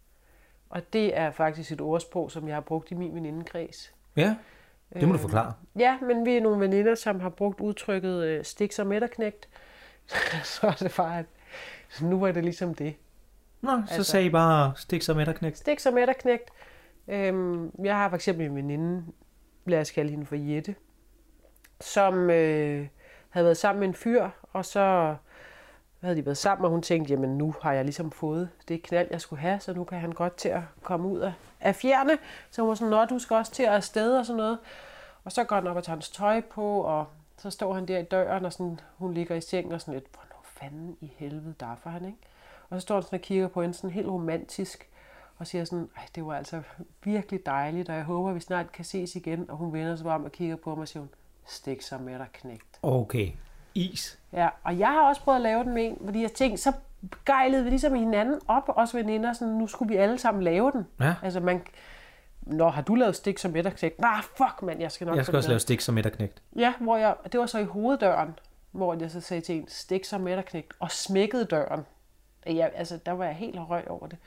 Og det er faktisk et ordsprog, som jeg har brugt i min venindekreds.
Ja, det må du forklare.
Øh, ja, men vi er nogle veninder, som har brugt udtrykket øh, stik som etterknægt. Så er det bare, at nu var det ligesom det.
Nå, så altså, sagde I bare stik som etterknægt.
Stik som etterknægt. Øhm, jeg har for eksempel en veninde, lad os kalde hende for Jette, som øh, havde været sammen med en fyr, og så havde de været sammen, og hun tænkte, jamen nu har jeg ligesom fået det knald, jeg skulle have, så nu kan han godt til at komme ud af, af fjerne. Så hun var sådan, nå, du skal også til at afsted og sådan noget. Og så går han op og tager hans tøj på, og så står han der i døren, og sådan, hun ligger i sengen og sådan lidt, hvornår fanden i helvede derfor han, ikke? Og så står han sådan og kigger på hende sådan helt romantisk, og siger sådan, ej, det var altså virkelig dejligt, og jeg håber, vi snart kan ses igen. Og hun vender sig om og kigger på mig og siger, hun, stik sig med dig, knægt.
Okay. Is.
Ja, og jeg har også prøvet at lave den med en, fordi jeg tænkte, så gejlede vi ligesom i hinanden op, os veninder, sådan, nu skulle vi alle sammen lave den.
Ja.
Altså man, nå, har du lavet stik som etterknægt? Nej, fuck mand, jeg skal nok...
Jeg skal også lave stik som etterknægt.
Ja, hvor jeg, det var så i hoveddøren, hvor jeg så sagde til en, stik som etterknægt, og smækkede døren. Jeg, altså, der var jeg helt røg over det.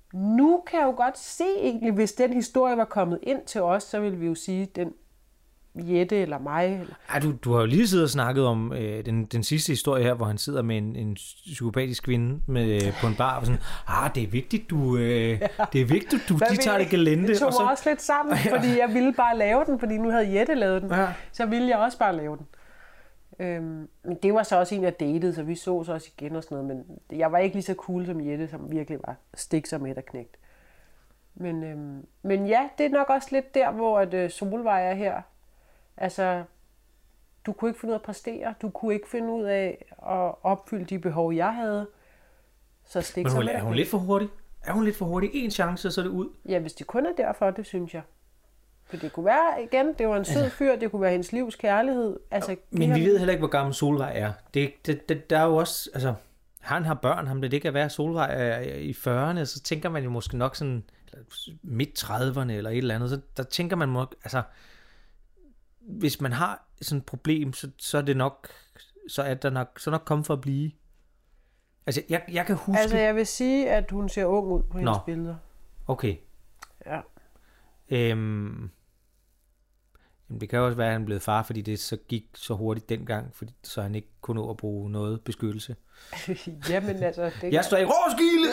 Nu kan jeg jo godt se egentlig, hvis den historie var kommet ind til os, så ville vi jo sige, den Jette eller mig. Eller...
Ej, du, du har jo lige siddet og snakket om øh, den, den sidste historie her, hvor han sidder med en, en psykopatisk kvinde med, øh, på en bar og sådan, ah, det er vigtigt, du, øh, ja. det er vigtigt, du, de tager det gelente.
Det tog
og så...
mig også lidt sammen, fordi jeg ville bare lave den, fordi nu havde Jette lavet den.
Ja.
Så ville jeg også bare lave den. Øhm, men det var så også en, jeg datede, så vi så så også igen og sådan noget, men jeg var ikke lige så cool som Jette, som virkelig var stik som et og knægt. Men, øhm, men ja, det er nok også lidt der, hvor at, øh, Solvej er her. Altså, du kunne ikke finde ud af at præstere, du kunne ikke finde ud af at opfylde de behov, jeg havde. Så stik som et og knægt.
Er hun lidt for hurtig? Er hun lidt for hurtig? En chance, så er det ud?
Ja, hvis det kun er derfor, det synes jeg. For det kunne være, igen, det var en sød fyr, det kunne være hendes livs kærlighed. Altså,
men
har...
vi ved heller ikke, hvor gammel Solvej er. Det, det, det, der er jo også, altså, han har børn, ham det ikke at være Solvej er i fyrrerne, så tænker man jo måske nok sådan, midt trediverne eller et eller andet, så der tænker man nok, altså, hvis man har sådan et problem, så, så er det nok, så er der nok, så nok kommet for at blive. Altså, jeg, jeg kan huske...
Altså, jeg vil sige, at hun ser ung ud på hendes Nå. billeder.
Okay.
Ja.
Øhm... Jamen, det kan jo også være, at han er blevet far, fordi det så gik så hurtigt dengang, fordi, så han ikke kunne nå at bruge noget beskyttelse.
Jamen altså... Det
jeg står i Roskilde!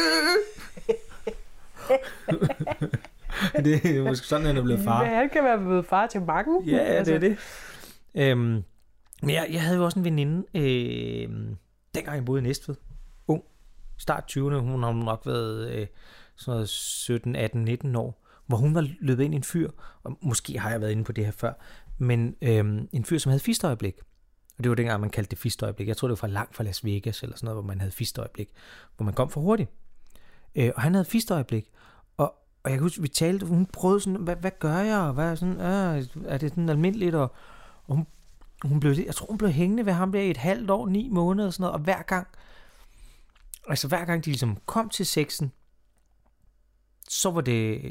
Det er måske sådan, han er blevet far.
Ja, han kan være blevet far til mange.
Ja, altså. Det er det. Øhm, men jeg, jeg havde jo også en veninde, øh, dengang jeg boede i Næstved. Ung. Start tyverne. Hun har nok været øh, sådan noget sytten, atten, nitten år. Hvor hun var løbet ind i en fyr, og måske har jeg været inde på det her før, men øhm, en fyr, som havde fistøjeblik. Og det var dengang, man kaldte det fistøjeblik. Jeg tror, det var fra langt fra Las Vegas, eller sådan noget, hvor man havde fistøjeblik, hvor man kom for hurtigt. Øh, og han havde fistøjeblik, og, og jeg kan huske, vi talte, hun prøvede sådan, hvad, hvad gør jeg, og hvad er sådan, øh, er det sådan almindeligt, og, og hun, hun blev, jeg tror, hun blev hængende ved ham der i et halvt år, ni måneder, og sådan noget, og hver gang, altså hver gang de ligesom kom til sexen, så var det...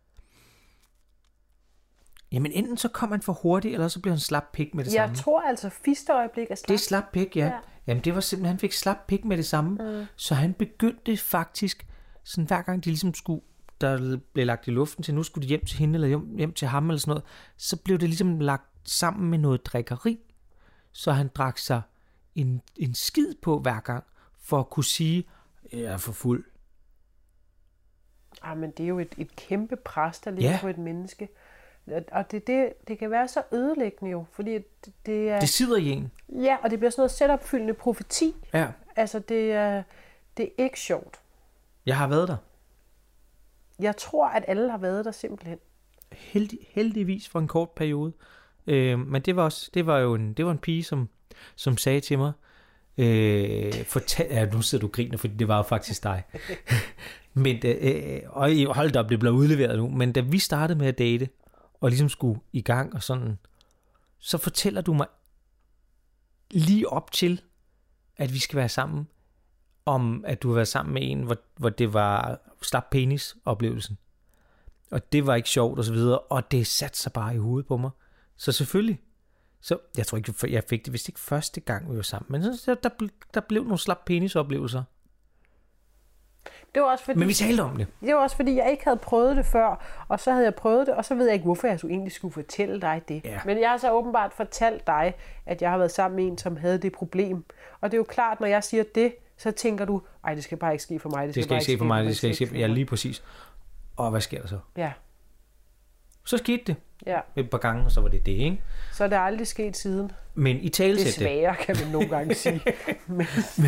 Jamen enten så kom han for hurtigt, eller så blev han slap pik med det
jeg
samme.
Jeg tror altså fistøjeblik er slap.
Det er slap pik, ja. ja. Jamen det var simpelthen, han fik slap pik med det samme. Mm. Så han begyndte faktisk, sådan hver gang de ligesom skulle, der blev lagt i luften til, nu skulle de hjem til hende, eller hjem, hjem til ham, eller sådan noget, så blev det ligesom lagt sammen med noget drikkeri. Så han drak sig en, en skid på hver gang, for at kunne sige, jeg er for fuld.
Ah, men det er jo et, et kæmpe pres, der ligger ja. på et menneske. Og det, det, det kan være så ødelæggende jo, fordi det, det er...
Det sidder i en.
Ja, og det bliver sådan noget selvopfyldende profeti.
Ja.
Altså, det er, det er ikke sjovt.
Jeg har været der.
Jeg tror, at alle har været der simpelthen.
Heldig, heldigvis for en kort periode. Øh, men det var også, det var jo en, det var en pige, som, som sagde til mig, øh, fortal, ja, nu sidder du og griner, fordi det var jo faktisk dig. men, øh, og hold da op, det bliver udleveret nu, men da vi startede med at date, og ligesom skulle i gang og sådan, så fortæller du mig lige op til, at vi skal være sammen, om at du har været sammen med en, hvor, hvor det var slap penis oplevelsen. Og det var ikke sjovt og så videre, og det satte sig bare i hovedet på mig. Så selvfølgelig, så jeg tror ikke, jeg fik det vist ikke første gang, vi var sammen, men så, der, der blev nogle slap penis oplevelser.
Det var også fordi,
men vi talte om det.
Det var også fordi, jeg ikke havde prøvet det før, og så havde jeg prøvet det, og så ved jeg ikke, hvorfor jeg så egentlig skulle fortælle dig det.
Ja.
Men jeg har så åbenbart fortalt dig, at jeg har været sammen med en, som havde det problem. Og det er jo klart, når jeg siger det, så tænker du, ej, det skal bare ikke ske for mig.
Det skal, det skal ikke ske for mig, det skal ikke ske for mig. Ja, lige præcis. Og hvad sker der så?
Ja.
Så skete det.
Ja.
Et par gange, og så var det det, ikke?
Så er det aldrig sket siden.
Men i talesæt det.
Desværre, kan man nogle gange sige. Men...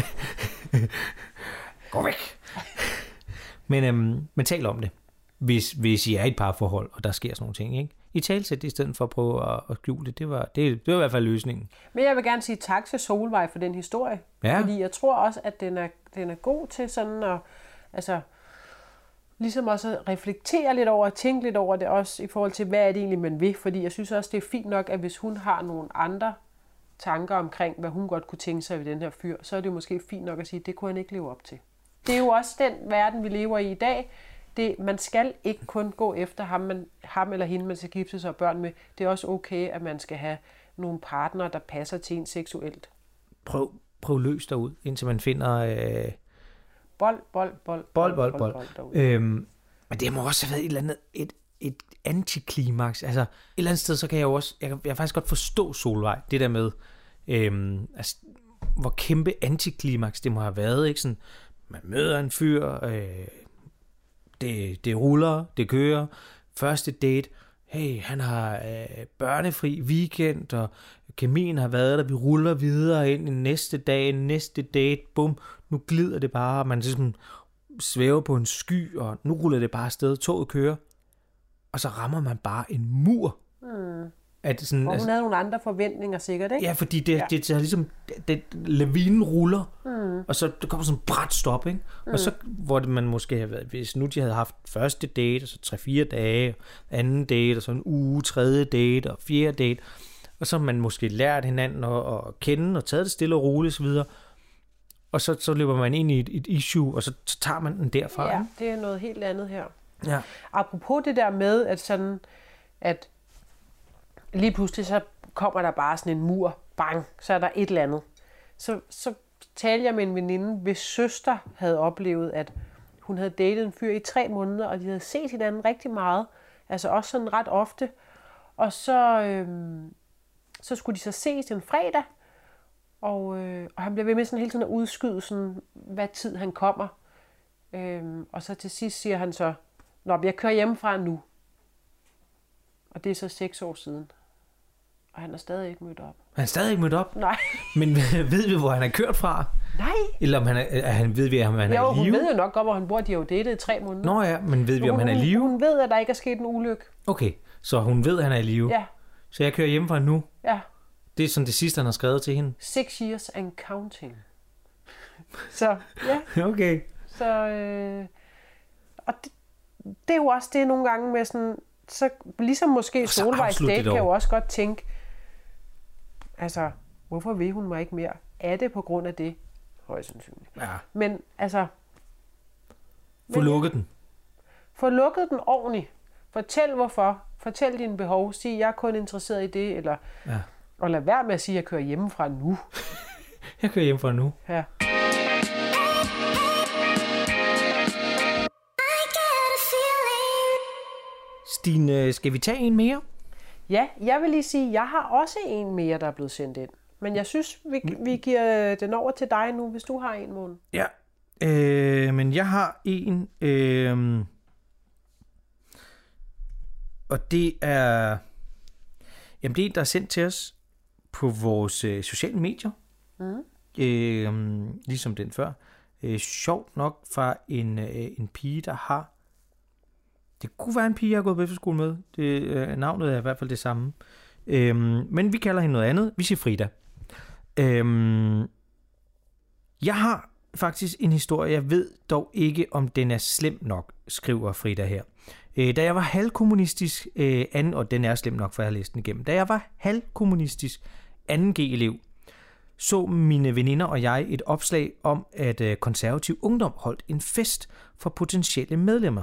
Gå væk! Men, øhm, men tal om det, hvis, hvis I er i et parforhold, og der sker sådan nogle ting, ikke? I talsæt det i stedet for at prøve at, at skjule det, det var, det, det var i hvert fald løsningen.
Men jeg vil gerne sige tak til Solvej for den historie,
ja.
Fordi jeg tror også, at den er, den er god til sådan at, altså, ligesom også at reflektere lidt over, og tænke lidt over det også, i forhold til, hvad er det egentlig, man vil, fordi jeg synes også, det er fint nok, at hvis hun har nogle andre tanker omkring, hvad hun godt kunne tænke sig ved den her fyr, så er det måske fint nok at sige, at det kunne han ikke leve op til. Det er jo også den verden, vi lever i i dag. Det, man skal ikke kun gå efter ham, man, ham eller hende, man skal gifte sig og børn med. Det er også okay, at man skal have nogle partnere, der passer til en seksuelt.
Prøv, prøv løs derud, indtil man finder... Øh...
Bold, bold, bold.
Bold, bold, bold. bold, bold øhm, men det må også have været et eller andet, et, et antiklimaks. Altså, et eller andet sted, så kan jeg jo også, jeg kan, jeg kan faktisk godt forstå Solvej, det der med, øhm, altså, hvor kæmpe antiklimaks det må have været, ikke? Sådan, man møder en fyr, øh, det, det ruller, det kører, første date, hey, han har øh, børnefri weekend, og kemien har været der, vi ruller videre ind i næste dag, næste date, bum, nu glider det bare, man ligesom svæver på en sky, og nu ruller det bare afsted, toget kører, og så rammer man bare en mur.
Mm.
At sådan,
og hun
altså,
havde nogle andre forventninger sikkert, ikke?
ja, fordi det,
ja.
det, det, det er ligesom, det, lavinen ruller,
mm.
og så der kommer sådan en bræt stop, ikke? Mm. Og så, hvor det, man måske havde været, hvis nu de havde haft første date, og så tre-fire dage, anden date, og så en uge, tredje date, og fjerde date, og så har man måske lært hinanden at, at kende, og taget det stille og roligt, og så videre, og så, så løber man ind i et, et issue, og så tager man den derfra.
Ja, det er noget helt andet her.
Ja.
Apropos det der med, at sådan, at lige pludselig så kommer der bare sådan en mur, bang, så er der et eller andet. Så, så talte jeg med en veninde, hvis søster havde oplevet, at hun havde datet en fyr i tre måneder, og de havde set hinanden rigtig meget, altså også sådan ret ofte, og så, øhm, så skulle de så ses en fredag, og, øh, og han blev ved med sådan hele tiden at udskyde, sådan, hvad tid han kommer. Øhm, og så til sidst siger han så, nå, jeg kører hjemmefra nu. Og det er så seks år siden. Og han er stadig ikke mødt op.
Han er stadig ikke mødt op?
Nej.
Men ved vi, hvor han er kørt fra?
Nej.
Eller om han er, er han, ved vi, om han
jo,
er i live?
Jo, hun ved jo nok godt, hvor han bor. De har jo datet i tre måneder.
Nå ja, men ved vi, om
hun,
han er i live?
Hun ved, at der ikke er sket en ulykke.
Okay, så hun ved, at han er i live?
Ja.
Så jeg kører hjemmefra nu?
Ja.
Det er sådan det sidste, han har skrevet til hende?
Six years and counting. Så, ja.
Okay.
Så, øh, og det, det er jo også det nogle gange med sådan, så ligesom måske Solvejs date kan jo også godt tænke, altså, hvorfor vil hun mig ikke mere? Er det på grund af det? Højst sandsynligt.
Ja.
Men altså...
Få lukket den.
Få lukket den ordentligt. Fortæl hvorfor. Fortæl dine behov. Sig, jeg er kun interesseret i det, eller...
Ja.
Og lad være med at sige, at jeg kører hjemmefra nu.
Jeg kører hjemmefra nu.
Ja.
Stine, skal vi tage en mere?
Ja, jeg vil lige sige, at jeg har også en mere, der er blevet sendt ind. Men jeg synes, vi, vi giver den over til dig nu, hvis du har en, Måne.
Ja, øh, men jeg har en, øh, og det er, jamen det er en, der er sendt til os på vores øh, sociale medier, mm. øh, ligesom den før. Øh, sjovt nok fra en, øh, en pige, der har, det kunne være en pige, jeg har gået på efterskole med. Det, øh, navnet er i hvert fald det samme. Øhm, men vi kalder hende noget andet. Vi siger Frida. Øhm, jeg har faktisk en historie. Jeg ved dog ikke, om den er slem nok, skriver Frida her. Øh, da jeg var halvkommunistisk, øh, anden, og den er slem nok, for jeg har læst den igennem. Da jeg var halvkommunistisk anden G-elev, så mine veninder og jeg et opslag om, at øh, konservativ ungdom holdt en fest for potentielle medlemmer.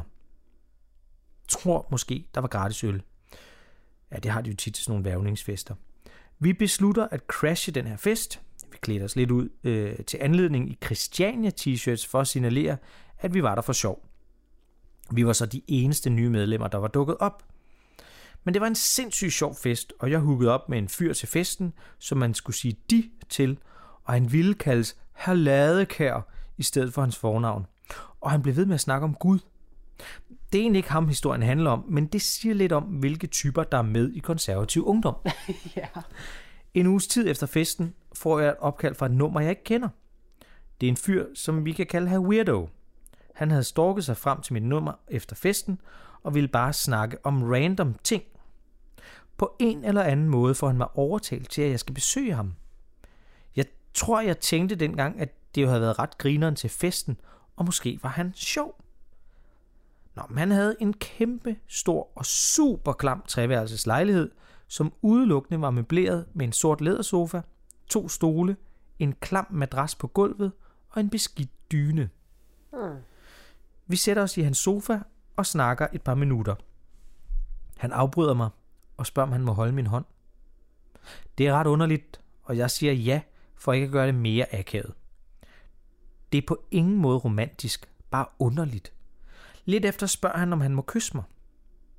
Tror måske, der var gratis øl. Ja, det har de jo tit til sådan nogle værvningsfester. Vi beslutter at crashe den her fest. Vi klæder os lidt ud øh, til anledning i Christiania t-shirts for at signalere, at vi var der for sjov. Vi var så de eneste nye medlemmer, der var dukket op. Men det var en sindssygt sjov fest, og jeg hookede op med en fyr til festen, som man skulle sige de til, og han ville kaldes Herladekær i stedet for hans fornavn. Og han blev ved med at snakke om Gud. Det er egentlig ikke ham, historien handler om, men det siger lidt om, hvilke typer, der er med i konservativ ungdom.
Ja.
En uges tid efter festen får jeg et opkald fra et nummer, jeg ikke kender. Det er en fyr, som vi kan kalde her Weirdo. Han havde stalket sig frem til mit nummer efter festen, og ville bare snakke om random ting. På en eller anden måde får han mig overtalt til, at jeg skal besøge ham. Jeg tror, jeg tænkte dengang, at det jo havde været ret grineren til festen, og måske var han sjov. Nå, men han havde en kæmpe, stor og super klam treværelses lejlighed, som udelukkende var møbleret med en sort lædersofa, to stole, en klam madras på gulvet og en beskidt dyne. Hmm. Vi sætter os i hans sofa og snakker et par minutter. Han afbryder mig og spørger, om han må holde min hånd. Det er ret underligt, og jeg siger ja, for ikke at gøre det mere akavet. Det er på ingen måde romantisk, bare underligt. Lidt efter spørger han, om han må kysse mig.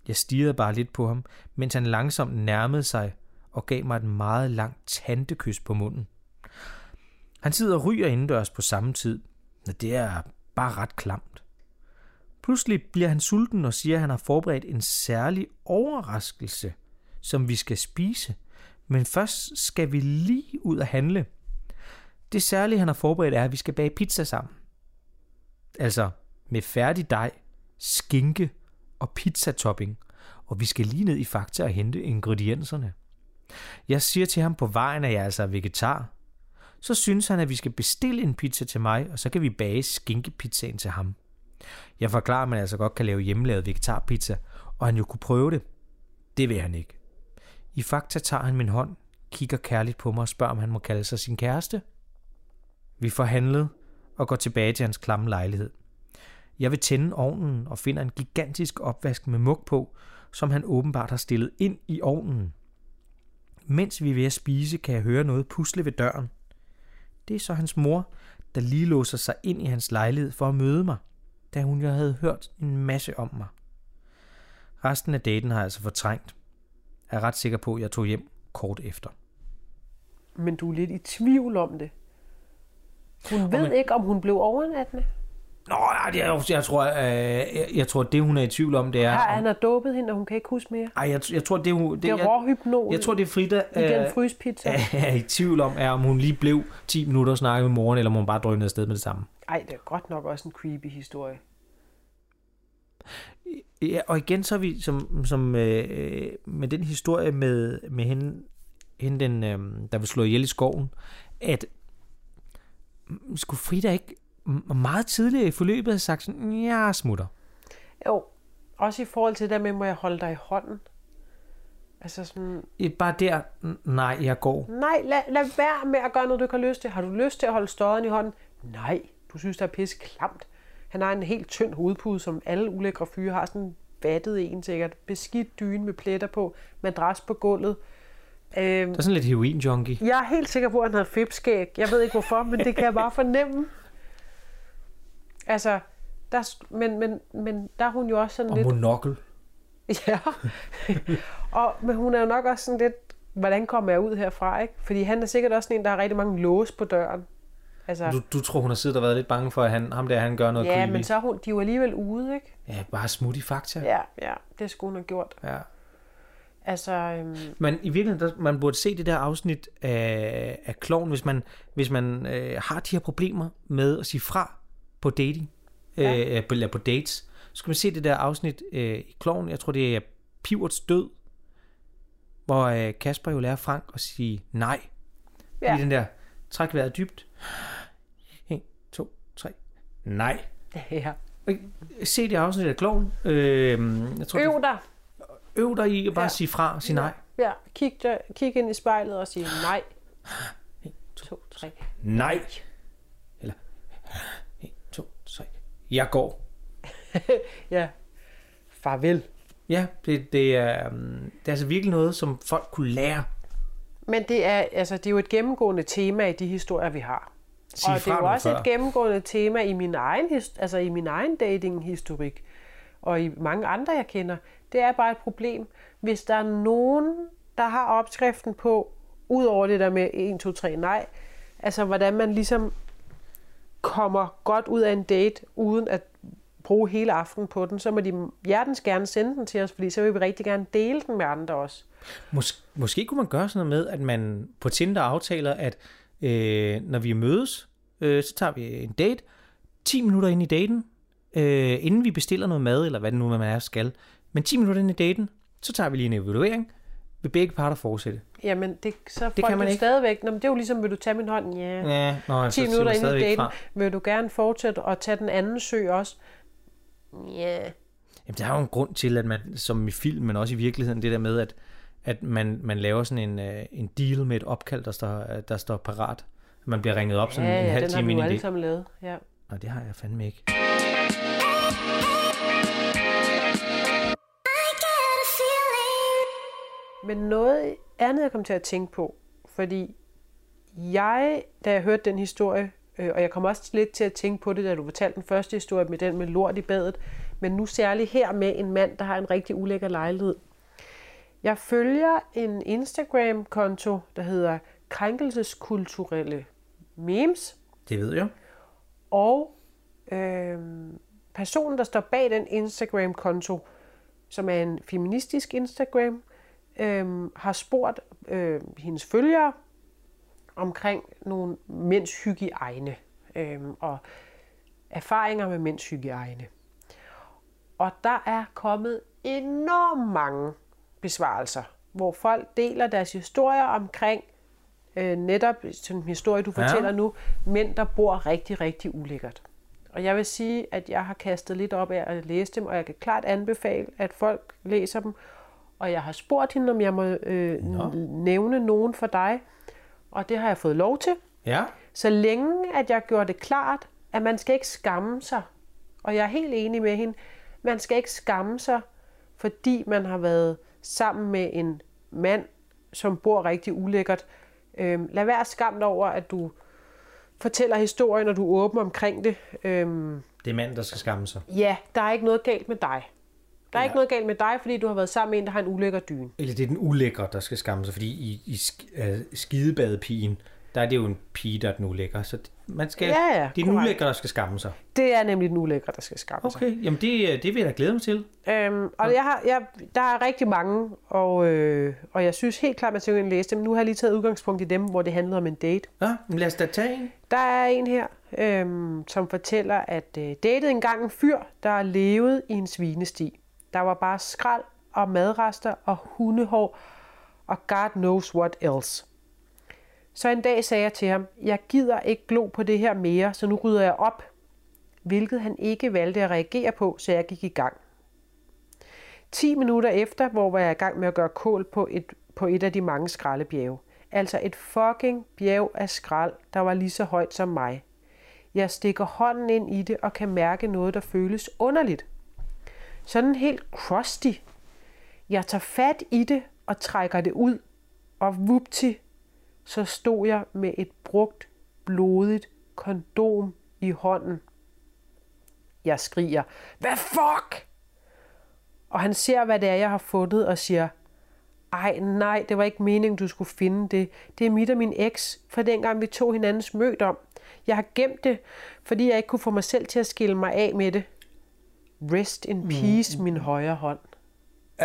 Jeg stirrede bare lidt på ham, mens han langsomt nærmede sig og gav mig et meget langt tantekys på munden. Han sidder og ryger indendørs på samme tid. Det er bare ret klamt. Pludselig bliver han sulten og siger, at han har forberedt en særlig overraskelse, som vi skal spise. Men først skal vi lige ud og handle. Det særlige, han har forberedt, er, at vi skal bage pizza sammen. Altså med færdig dej, skinke og pizzatopping. Og vi skal lige ned i Fakta og hente ingredienserne. Jeg siger til ham på vejen, at jeg altså er vegetar. Så synes han, at vi skal bestille en pizza til mig, og så kan vi bage skinkepizzaen til ham. Jeg forklarer, at man altså godt kan lave hjemmelavet vegetarpizza, og han jo kunne prøve det. Det vil han ikke. I Fakta tager han min hånd, kigger kærligt på mig og spørger, om han må kalde sig sin kæreste. Vi får handlet og går tilbage til hans klamme lejlighed. Jeg vil tænde ovnen og finder en gigantisk opvask med mug på, som han åbenbart har stillet ind i ovnen. Mens vi er ved at spise, kan jeg høre noget pusle ved døren. Det er så hans mor, der lige låser sig ind i hans lejlighed for at møde mig, da hun jo havde hørt en masse om mig. Resten af daten har jeg altså fortrængt. Jeg er ret sikker på, at jeg tog hjem kort efter.
Men du er lidt i tvivl om det. Hun ved
men...
ikke, om hun blev overnattende.
Nå, jeg, jeg, tror, øh, jeg, jeg tror, det hun er i tvivl om, det er...
Har han har dopet hende, og hun kan ikke huske mere?
Ej, jeg, jeg tror, det hun... Det,
det er
jeg,
råhypnol.
Jeg tror, det er Frida...
I den fryspizza.
Er, er i tvivl om, er, om hun lige blev ti minutter og snakkede med moren, eller om hun bare drønede afsted med det samme.
Ej, det er godt nok også en creepy historie.
Ja, og igen så er vi som, som øh, med den historie med, med hende, hende den, øh, der vil slå ihjel i skoven, at skulle Frida ikke meget tidligere i forløbet have sagt sådan, ja, smutter.
Jo, også i forhold til det der med, må jeg holde dig i hånden? Altså sådan...
Bare der, nej, jeg går.
Nej, lad, lad være med at gøre noget, du ikke har lyst til. Har du lyst til at holde støden i hånden? Nej, du synes, det er pisse klamt. Han har en helt tynd hovedpude, som alle ulækre fyre har, sådan vattet en sikkert. Beskidt dyne med pletter på, madras på gulvet. Øhm,
det er sådan lidt heroin-junkie.
Jeg er helt sikker på, at han havde fipskæg. Jeg ved ikke hvorfor, men det kan jeg bare fornemme. Altså, der, men, men, men der er hun jo også sådan
og
lidt...
Og monokkel.
Ja, og, men hun er jo nok også sådan lidt, hvordan kommer jeg ud herfra, ikke? Fordi han er sikkert også sådan en, der har rigtig mange lås på døren. Altså,
du, du tror, hun har siddet og været lidt bange for, at han, ham der, han gør noget
ja,
creepy.
men så er hun, de er jo alligevel ude, ikke?
Ja, bare smut i Fakta.
Ja, ja, det skulle hun have gjort.
Ja.
Altså, øhm...
Men i virkeligheden, der, man burde se det der afsnit af, af Klovn, hvis man, hvis man øh, har de her problemer med at sige fra på dating, ja. øh, på, eller på dates, så skal man se det der afsnit øh, i Klovn, jeg tror det er Piverts død, hvor øh, Kasper jo lærer Frank at sige nej. Ja. I den der, træk vejret dybt. en, to, tre, nej.
Ja.
Se det afsnit af Klovn. Øh, jeg tror,
Øv dig.
Øv dig i at bare ja. sige fra, sige nej.
Ja, kig, der, kig ind i spejlet og sige nej.
en, to,
to, tre.
Nej. Eller en, to, tre. Jeg går.
Ja. Farvel.
Ja, det, det, er, det er altså virkelig noget, som folk kunne lære.
Men det er, altså, det er jo et gennemgående tema i de historier, vi har.
Sig
og det er jo også
før.
et gennemgående tema i min egen, altså i min egen dating-historik. Og i mange andre, jeg kender. Det er bare et problem, hvis der er nogen, der har opskriften på, ud over det der med en, to, tre, nej. Altså, hvordan man ligesom kommer godt ud af en date, uden at bruge hele aftenen på den, så må de hjertens gerne sende den til os, fordi så vil vi rigtig gerne dele den med andre også.
Mås- måske kunne man gøre sådan noget med, at man på Tinder aftaler, at øh, når vi mødes, øh, så tager vi en date, ti minutter ind i daten, øh, inden vi bestiller noget mad, eller hvad det nu man er skal, men ti minutter ind i daten, så tager vi lige en evaluering, vil begge parter fortsætte.
Jamen, det, så
det kan man ikke.
Stadigvæk. Nå, men det er jo ligesom, vil du tage min hånd? Ja.
ja nå,
ti minutter ind i daten, vil du gerne fortsætte og tage den anden sø også? Ja.
Jamen, der er jo en grund til, at man, som i film, men også i virkeligheden, det der med, at, at man, man laver sådan en, en deal med et opkald, der står, der står parat. Man bliver ringet op sådan
ja,
en
ja,
halv time ind i det.
Ja, den har vi alle sammen lavet. Ja.
Nå, det har jeg fandme ikke.
Men noget andet, jeg kom til at tænke på, fordi jeg, da jeg hørte den historie, Øh, og jeg kom også lidt til at tænke på det, da du fortalte den første historie med den med lort i badet. Men nu særligt her med en mand, der har en rigtig ulækker lejlighed. Jeg følger en Instagram-konto, der hedder Krænkelseskulturelle Memes.
Det ved jeg.
Og øh, personen, der står bag den Instagram-konto, som er en feministisk Instagram, øh, har spurgt øh, hendes følgere omkring nogle mændshygiejne øh, og erfaringer med mændshygiejne. Og der er kommet enormt mange besvarelser, hvor folk deler deres historier omkring øh, netop sådan en historie, du fortæller ja. nu, mænd, der bor rigtig, rigtig ulækkert. Og jeg vil sige, at jeg har kastet lidt op af at læse dem, og jeg kan klart anbefale, at folk læser dem. Og jeg har spurgt hende, om jeg må øh, nævne nogen for dig, og det har jeg fået lov til.
Ja.
Så længe, at jeg gjorde det klart, at man skal ikke skamme sig, og jeg er helt enig med hende, man skal ikke skamme sig, fordi man har været sammen med en mand, som bor rigtig ulækkert. Øhm, lad være skam over, at du fortæller historien, og du er åben omkring det. Øhm,
det er manden, der skal skamme sig.
Ja, der er ikke noget galt med dig. Der er
ja.
ikke noget galt med dig, fordi du har været sammen med en, der har en ulækker dyne.
Eller det er den ulækre, der skal skamme sig, fordi i, i skidebadepigen, der er det jo en pige, der er den ulækre. Så man skal,
ja, ja,
det er den ulækre, der skal skamme sig.
Det er nemlig den ulækre, der skal skamme
okay.
sig.
Okay, jamen det, det vil jeg da glæde mig til.
Øhm, og ja. jeg har, jeg, der er rigtig mange, og, øh, og jeg synes helt klart, at man skal læse dem. Nu har jeg lige taget udgangspunkt i dem, hvor det handler om en date.
Ja, men lad os da tage en.
Der er en her, øh, som fortæller, at øh, datede engang en fyr, der levede i en svinesti. Der var bare skrald og madrester og hundehår og God knows what else. Så en dag sagde jeg til ham, jeg gider ikke glo på det her mere, så nu rydder jeg op. Hvilket han ikke valgte at reagere på, så jeg gik i gang. ti minutter efter, hvor var jeg i gang med at gøre kål på et, på et af de mange skraldebjerge. Altså et fucking bjerg af skrald, der var lige så højt som mig. Jeg stikker hånden ind i det og kan mærke noget, der føles underligt. Sådan helt crusty. Jeg tager fat i det og trækker det ud, og vupti, så stod jeg med et brugt, blodigt kondom i hånden. Jeg skriger, hvad fuck? Og han ser, hvad det er, jeg har fundet, og siger, ej, nej, det var ikke meningen, du skulle finde det. Det er mit og min eks, for dengang vi tog hinandens mødt om. Jeg har gemt det, fordi jeg ikke kunne få mig selv til at skille mig af med det. Rest in peace, mm. min højre hånd.
Uh...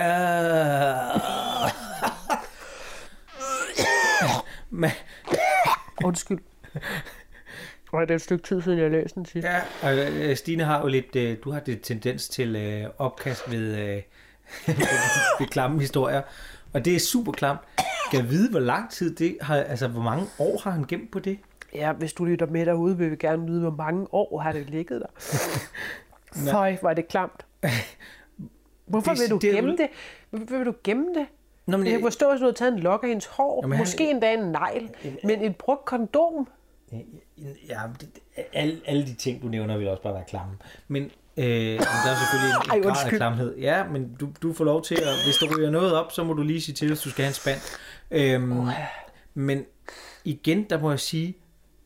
Men...
Undskyld. Og det er et stykke tid siden, jeg læste den sidst.
Ja, og Stine har jo lidt, du har det tendens til øh, opkast ved, øh, ved klamme historier, og det er super klamt. Kan jeg vide, hvor lang tid det har, altså hvor mange år har han gemt på det?
Ja, hvis du lytter med derude, vil vi gerne vide, hvor mange år har det ligget der. Føj, var det klamt. Hvorfor det, vil du det, gemme det? Hvorfor vil du gemme det? Nå, men jeg kan forstå, at du har taget en lok af hendes hår, jamen, måske han... endda en negl, men et brugt kondom.
Ja, det, alle, alle de ting, du nævner, vil også bare være klamme. Men øh, der er selvfølgelig en, en grad af klamhed. Ja, men du, du får lov til at, hvis du ryger noget op, så må du lige sige til, hvis du skal have en spand. Øhm, oh. Men igen, der må jeg sige,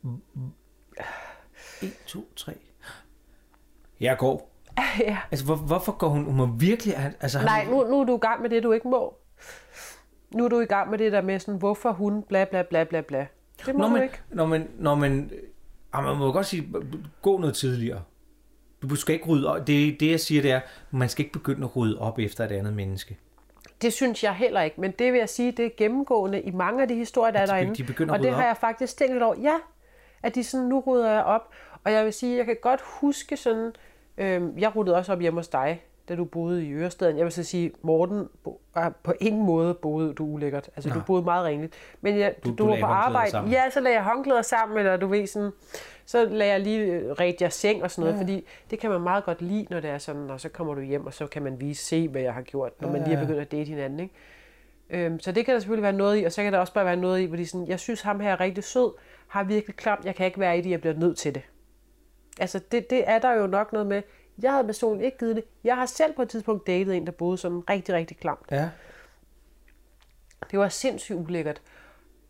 en, to, tre. Jeg går.
Ja.
Altså, hvor, hvorfor går hun? Hun må virkelig... Altså,
Nej, nu, nu er du i gang med det, du ikke må. Nu er du i gang med det der med sådan, hvorfor hun, bla bla bla bla bla. Det må
nå,
du
men,
ikke.
Når man, når man, ah, man må godt sige, gå noget tidligere. Du skal ikke rydde op. Det, det jeg siger, det er, man skal ikke begynde at rydde op efter et andet menneske.
Det synes jeg heller ikke, men det vil jeg sige, det er gennemgående i mange af de historier, der er
de,
derinde.
De begynder
og det har jeg faktisk tænkt lidt over. Ja, at de sådan, nu rydder jeg op. Og jeg vil sige, jeg kan godt huske sådan, øh, jeg ryddede også op hjemme hos dig, da du boede i Ørestaden. Jeg vil så sige, Morten, på ingen måde boede du ulækkert. Altså, Nå. du boede meget renligt. Men ja, du, du, du var på arbejde. Sammen. Ja, så lagde jeg håndklæder sammen, eller du ved sådan, så lagde jeg lige ret jer seng og sådan noget, ja. Fordi det kan man meget godt lide, når det er sådan, og så kommer du hjem, og så kan man vise, se, hvad jeg har gjort, når ja. man lige er begyndt at date hinanden, ikke? Øhm, så det kan der selvfølgelig være noget i, og så kan der også bare være noget i, fordi sådan, jeg synes, ham her er rigtig sød, har virkelig klamt, jeg kan ikke være i det, jeg bliver nødt til det. Altså, det, det er der jo nok noget med. Jeg havde personligt ikke givet det. Jeg har selv på et tidspunkt datet en, der boede sådan rigtig, rigtig klamt.
Ja.
Det var sindssygt ulækkert.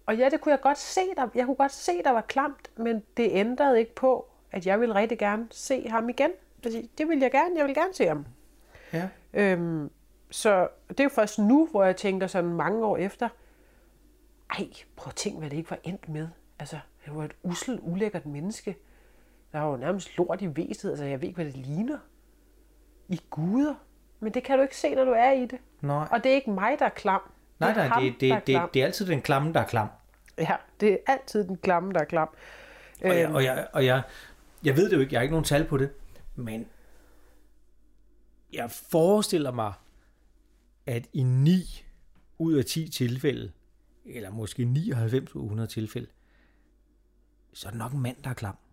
og ja, det kunne jeg godt se, der, jeg kunne godt se, der var klamt, men det ændrede ikke på, at jeg ville rigtig gerne se ham igen. Det vil jeg gerne, jeg vil gerne se ham.
Ja.
Øhm, så det er jo først nu, hvor jeg tænker sådan mange år efter, ej, prøv at tænke, hvad det ikke var endt med. Altså, han var et usselt, ulækkert menneske. Der var jo nærmest lort i væset, altså jeg ved ikke, hvad det ligner. I guder. Men det kan du ikke se, når du er i det.
Nej.
Og det er ikke mig, der er klam.
Nej,
det er
nej,
ham,
det, det,
der er
det,
klam.
det er altid den klamme, der er klam.
Ja, det er altid den klamme, der er klam.
Og, jeg, og, jeg, og jeg, jeg ved det jo ikke, jeg har ikke nogen tal på det, men jeg forestiller mig, at i ni ud af ti tilfælde, eller måske nioghalvfems ud af hundrede tilfælde, så er det nok en mand, der er klam.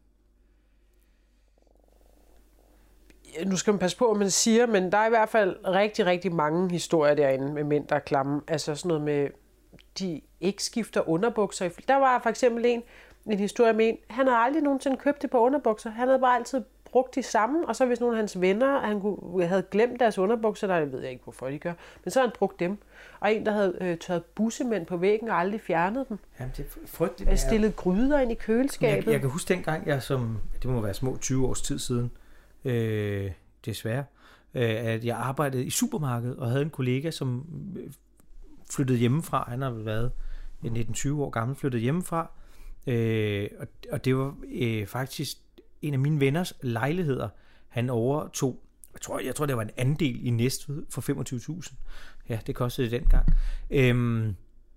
Nu skal man passe på, hvad man siger, men der er i hvert fald rigtig, rigtig mange historier derinde med mænd, der er klamme. Altså sådan noget med, de ikke skifter underbukser. Der var for eksempel en, en historie med en, han havde aldrig nogensinde købt det på underbukser. Han havde bare altid brugt de samme, og så hvis nogle af hans venner han kunne, havde glemt deres underbukser, der ved jeg ikke, hvorfor de gør, men så havde han brugt dem. Og en, der havde øh, tørret bussemænd på væggen og aldrig fjernet dem.
Jamen, det er frygteligt. Jeg
stillet gryder ind i køleskabet.
Jeg, jeg kan huske dengang, jeg som, det må være små tyve års tid siden, øh, desværre, øh, at jeg arbejdede i supermarkedet og havde en kollega, som flyttede hjemmefra. Han har været nitten tyve år gammel, flyttede hjemmefra. Øh, og, og det var øh, faktisk en af mine venners lejligheder, han overtog. Jeg tror, jeg tror det var en andel i Næstved for femogtyve tusind. Ja, det kostede det dengang. Øhm,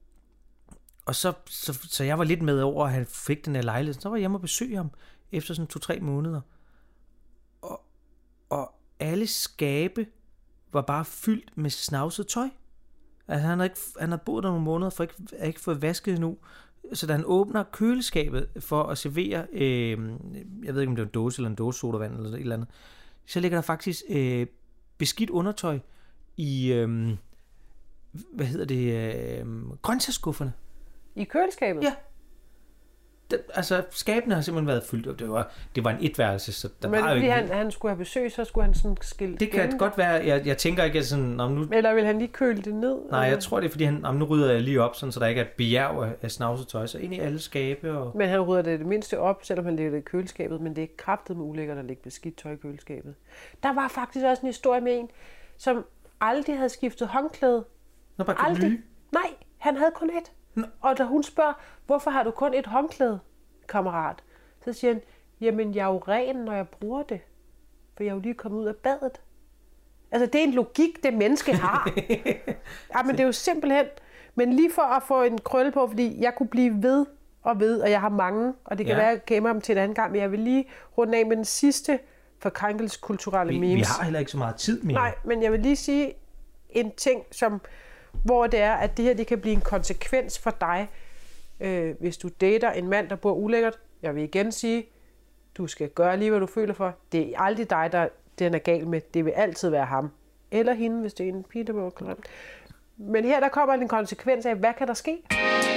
og så, så, så jeg var lidt med over, at han fik den her lejlighed. Så var jeg hjemme og besøge ham efter sådan to-tre måneder. Og, og alle skabe var bare fyldt med snavset tøj. Altså, han havde, ikke, han havde boet der nogle måneder, for ikke, ikke fået vasket endnu. Så da han åbner køleskabet for at servere, øh, jeg ved ikke om det er en dåse eller en dåse sodavand eller et eller andet, så ligger der faktisk øh, beskidt undertøj i, øh, hvad hedder det, øh, grøntsagsskufferne.
I køleskabet?
Ja. Det, altså, skabene har simpelthen været fyldt. Det var, det var en etværelse, så der
men
var jo
fordi
ikke...
han, han skulle have besøg, så skulle han sådan skille...
Det kan gemme. Godt være, jeg, jeg tænker ikke sådan... Om nu...
Eller vil han lige køle det ned?
Nej,
eller?
jeg tror det er, fordi han... Om nu rydder jeg lige op, sådan, så der ikke er et bjerg af snavsetøj, så ind i alle skabe og...
Men han rydder det det mindste op, selvom han lægger det i køleskabet, men det er kraftet med ulækkert at lægge beskidt tøj i køleskabet. Der var faktisk også en historie med en, som aldrig havde skiftet håndklæde.
Nå, bare
aldrig.
Nye.
Nej, han havde kun et. Nå. Og da hun spørger, hvorfor har du kun et håndklæde, kammerat? Så siger han, jamen jeg er jo ren, når jeg bruger det. For jeg er jo lige kommet ud af badet. Altså det er en logik, det menneske har. Ja, men det er jo simpelthen... Men lige for at få en krølle på, fordi jeg kunne blive ved og ved, og jeg har mange, og det kan ja. være, at jeg gemmer dem til en anden gang, men jeg vil lige runde af med den sidste for krænkelseskulturelle
vi,
memes.
Vi har heller ikke så meget tid mere.
Nej, men jeg vil lige sige en ting, som, hvor det er, at det her det kan blive en konsekvens for dig, øh, hvis du dater en mand, der bor ulækkert. Jeg vil igen sige, du skal gøre lige, hvad du føler for. Det er aldrig dig, der den er gal med. Det vil altid være ham. Eller hende, hvis det er en pige, der bor grimt. Men her der kommer en konsekvens af, hvad kan der ske?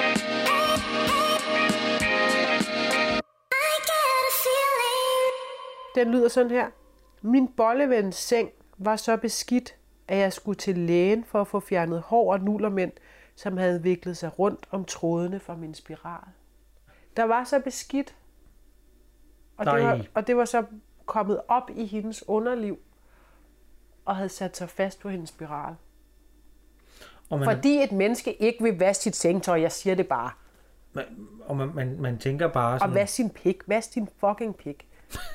Den lyder sådan her. Min bollevens seng var så beskidt, at jeg skulle til lægen for at få fjernet hår og nullermænd, som havde viklet sig rundt om trådene fra min spiral. Der var så beskidt, og det var, og det var så kommet op i hendes underliv, og havde sat sig fast på hendes spiral. Og man, fordi et menneske ikke vil vaske sit sengetøj, jeg siger det bare.
Man, og man, man, man tænker bare sådan...
Og vask sin pik, vask din fucking pik.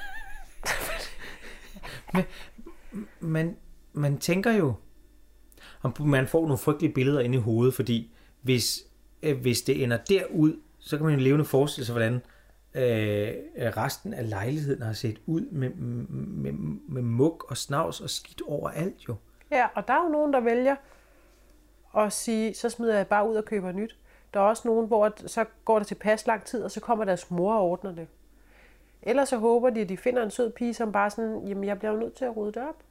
men, man, man tænker jo, om man får nogle frygtelige billeder inde i hovedet, fordi hvis, øh, hvis det ender derud, så kan man jo levende forestille sig, hvordan øh, resten af lejligheden har set ud med, med, med mug og snavs og skidt overalt jo.
Ja, og der er jo nogen, der vælger at sige, så smider jeg bare ud og køber nyt. Der er også nogen, hvor så går det til pas lang tid, og så kommer deres mor og ordner det. Ellers så håber de, at de finder en sød pige, som bare sådan, jamen jeg bliver jo nødt til at rydde det op.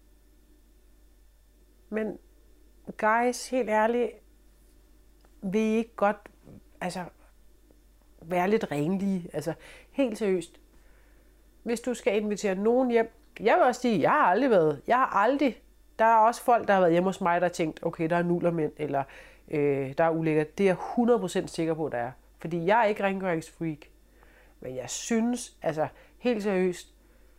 Men guys, helt ærligt, vil I ikke godt altså, være lidt renlige? Altså helt seriøst. Hvis du skal invitere nogen hjem, jeg vil også sige, jeg har aldrig været, jeg har aldrig, der er også folk, der har været hjemme hos mig, der har tænkt, okay, der er nullermænd, eller øh, der er ulækkert. Det er jeg hundrede procent sikker på, der er. Fordi jeg er ikke rengøringsfreak. Men jeg synes, altså helt seriøst,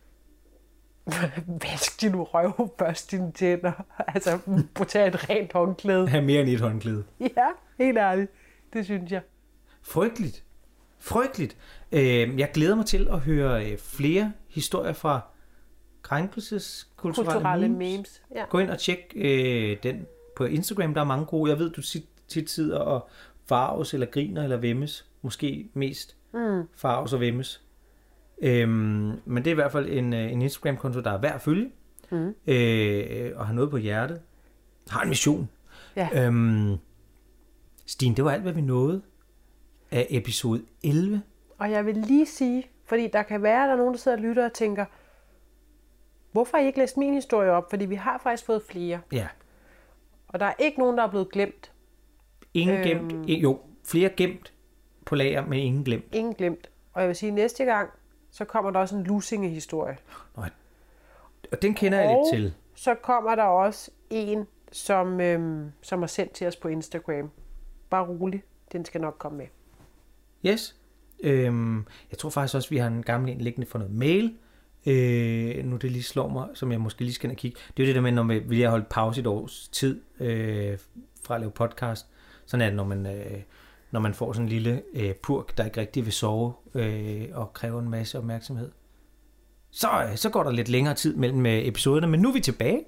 vask din røv, børst dine tænder. Altså, tag et rent håndklæde.
Ha' mere end et håndklæde.
Ja, helt ærligt. Det synes jeg.
Frygteligt. Frygteligt. Øh, jeg glæder mig til at høre øh, flere historier fra krænkelseskulturelle
Kulturelle
memes.
memes. Ja.
Gå ind og tjek øh, den på Instagram. Der er mange gode. Jeg ved, du tit, tit sidder og farves eller griner eller vemmes. Måske mest mm. farves og vemmes. Øhm, men det er i hvert fald en, en Instagram-konto, der er værd at følge. Mm. Øh, og har noget på hjertet. Har en mission.
Ja.
Øhm, Stine, det var alt, hvad vi nåede af episode elleve.
Og jeg vil lige sige, fordi der kan være, at der er nogen, der sidder og lytter og tænker, hvorfor har I ikke læst min historie op? Fordi vi har faktisk fået flere.
Ja.
Og der er ikke nogen, der er blevet glemt.
Ingen øhm, gemt. Jo, flere gemt på lager, men ingen glemt.
Ingen glemt. Og jeg vil sige, at næste gang, så kommer der også en lusinge-historie.
Nå, og den kender og jeg lidt til.
Så kommer der også en, som, øhm, som har sendt til os på Instagram. Bare rolig, den skal nok komme med.
Yes. Øhm, jeg tror faktisk også, vi har en gammel en liggende for noget mail. Øh, nu det lige slår mig, som jeg måske lige skal kigge. Det er jo det der med, når vi vil have holdt pause et års tid øh, fra at lave podcast. Sådan er det, når man, øh, når man får sådan en lille øh, purk, der ikke rigtig vil sove øh, og kræver en masse opmærksomhed. Så, øh, så går der lidt længere tid mellem øh, episoderne, men nu er vi tilbage.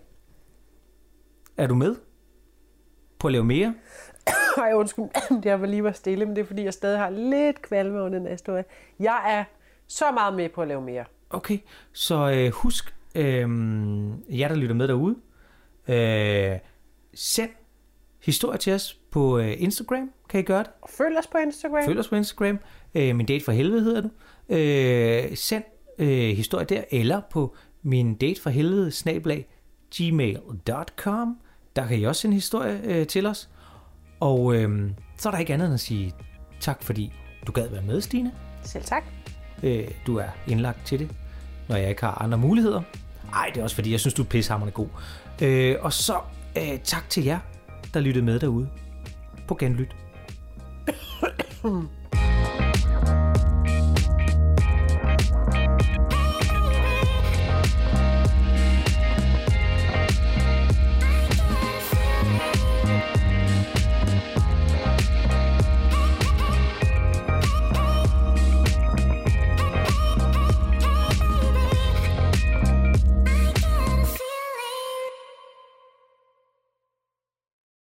Er du med på at lave mere?
Ej, undskyld, det var lige var stille, men det er fordi, jeg stadig har lidt kvalme under den historie. Jeg er så meget med på at lave mere.
Okay, så øh, husk, øh, jer der lytter med derude, øh, send historier til os på øh, Instagram, kan I gøre det?
Og følg os på Instagram.
Følg os på Instagram, øh, min date for helvede hedder du. Øh, send øh, historier der, eller på min date for helvede, snablag, gmail punktum com. Der kan I også sende historier øh, til os. Og øh, så er der ikke andet end at sige tak, fordi du gad være med, Stine.
Selv tak.
Øh, du er indlagt til det, når jeg ikke har andre muligheder. Ej, det er også fordi, jeg synes, du er pissehamrende god. Øh, og så øh, tak til jer, der lyttede med derude. På genlyt.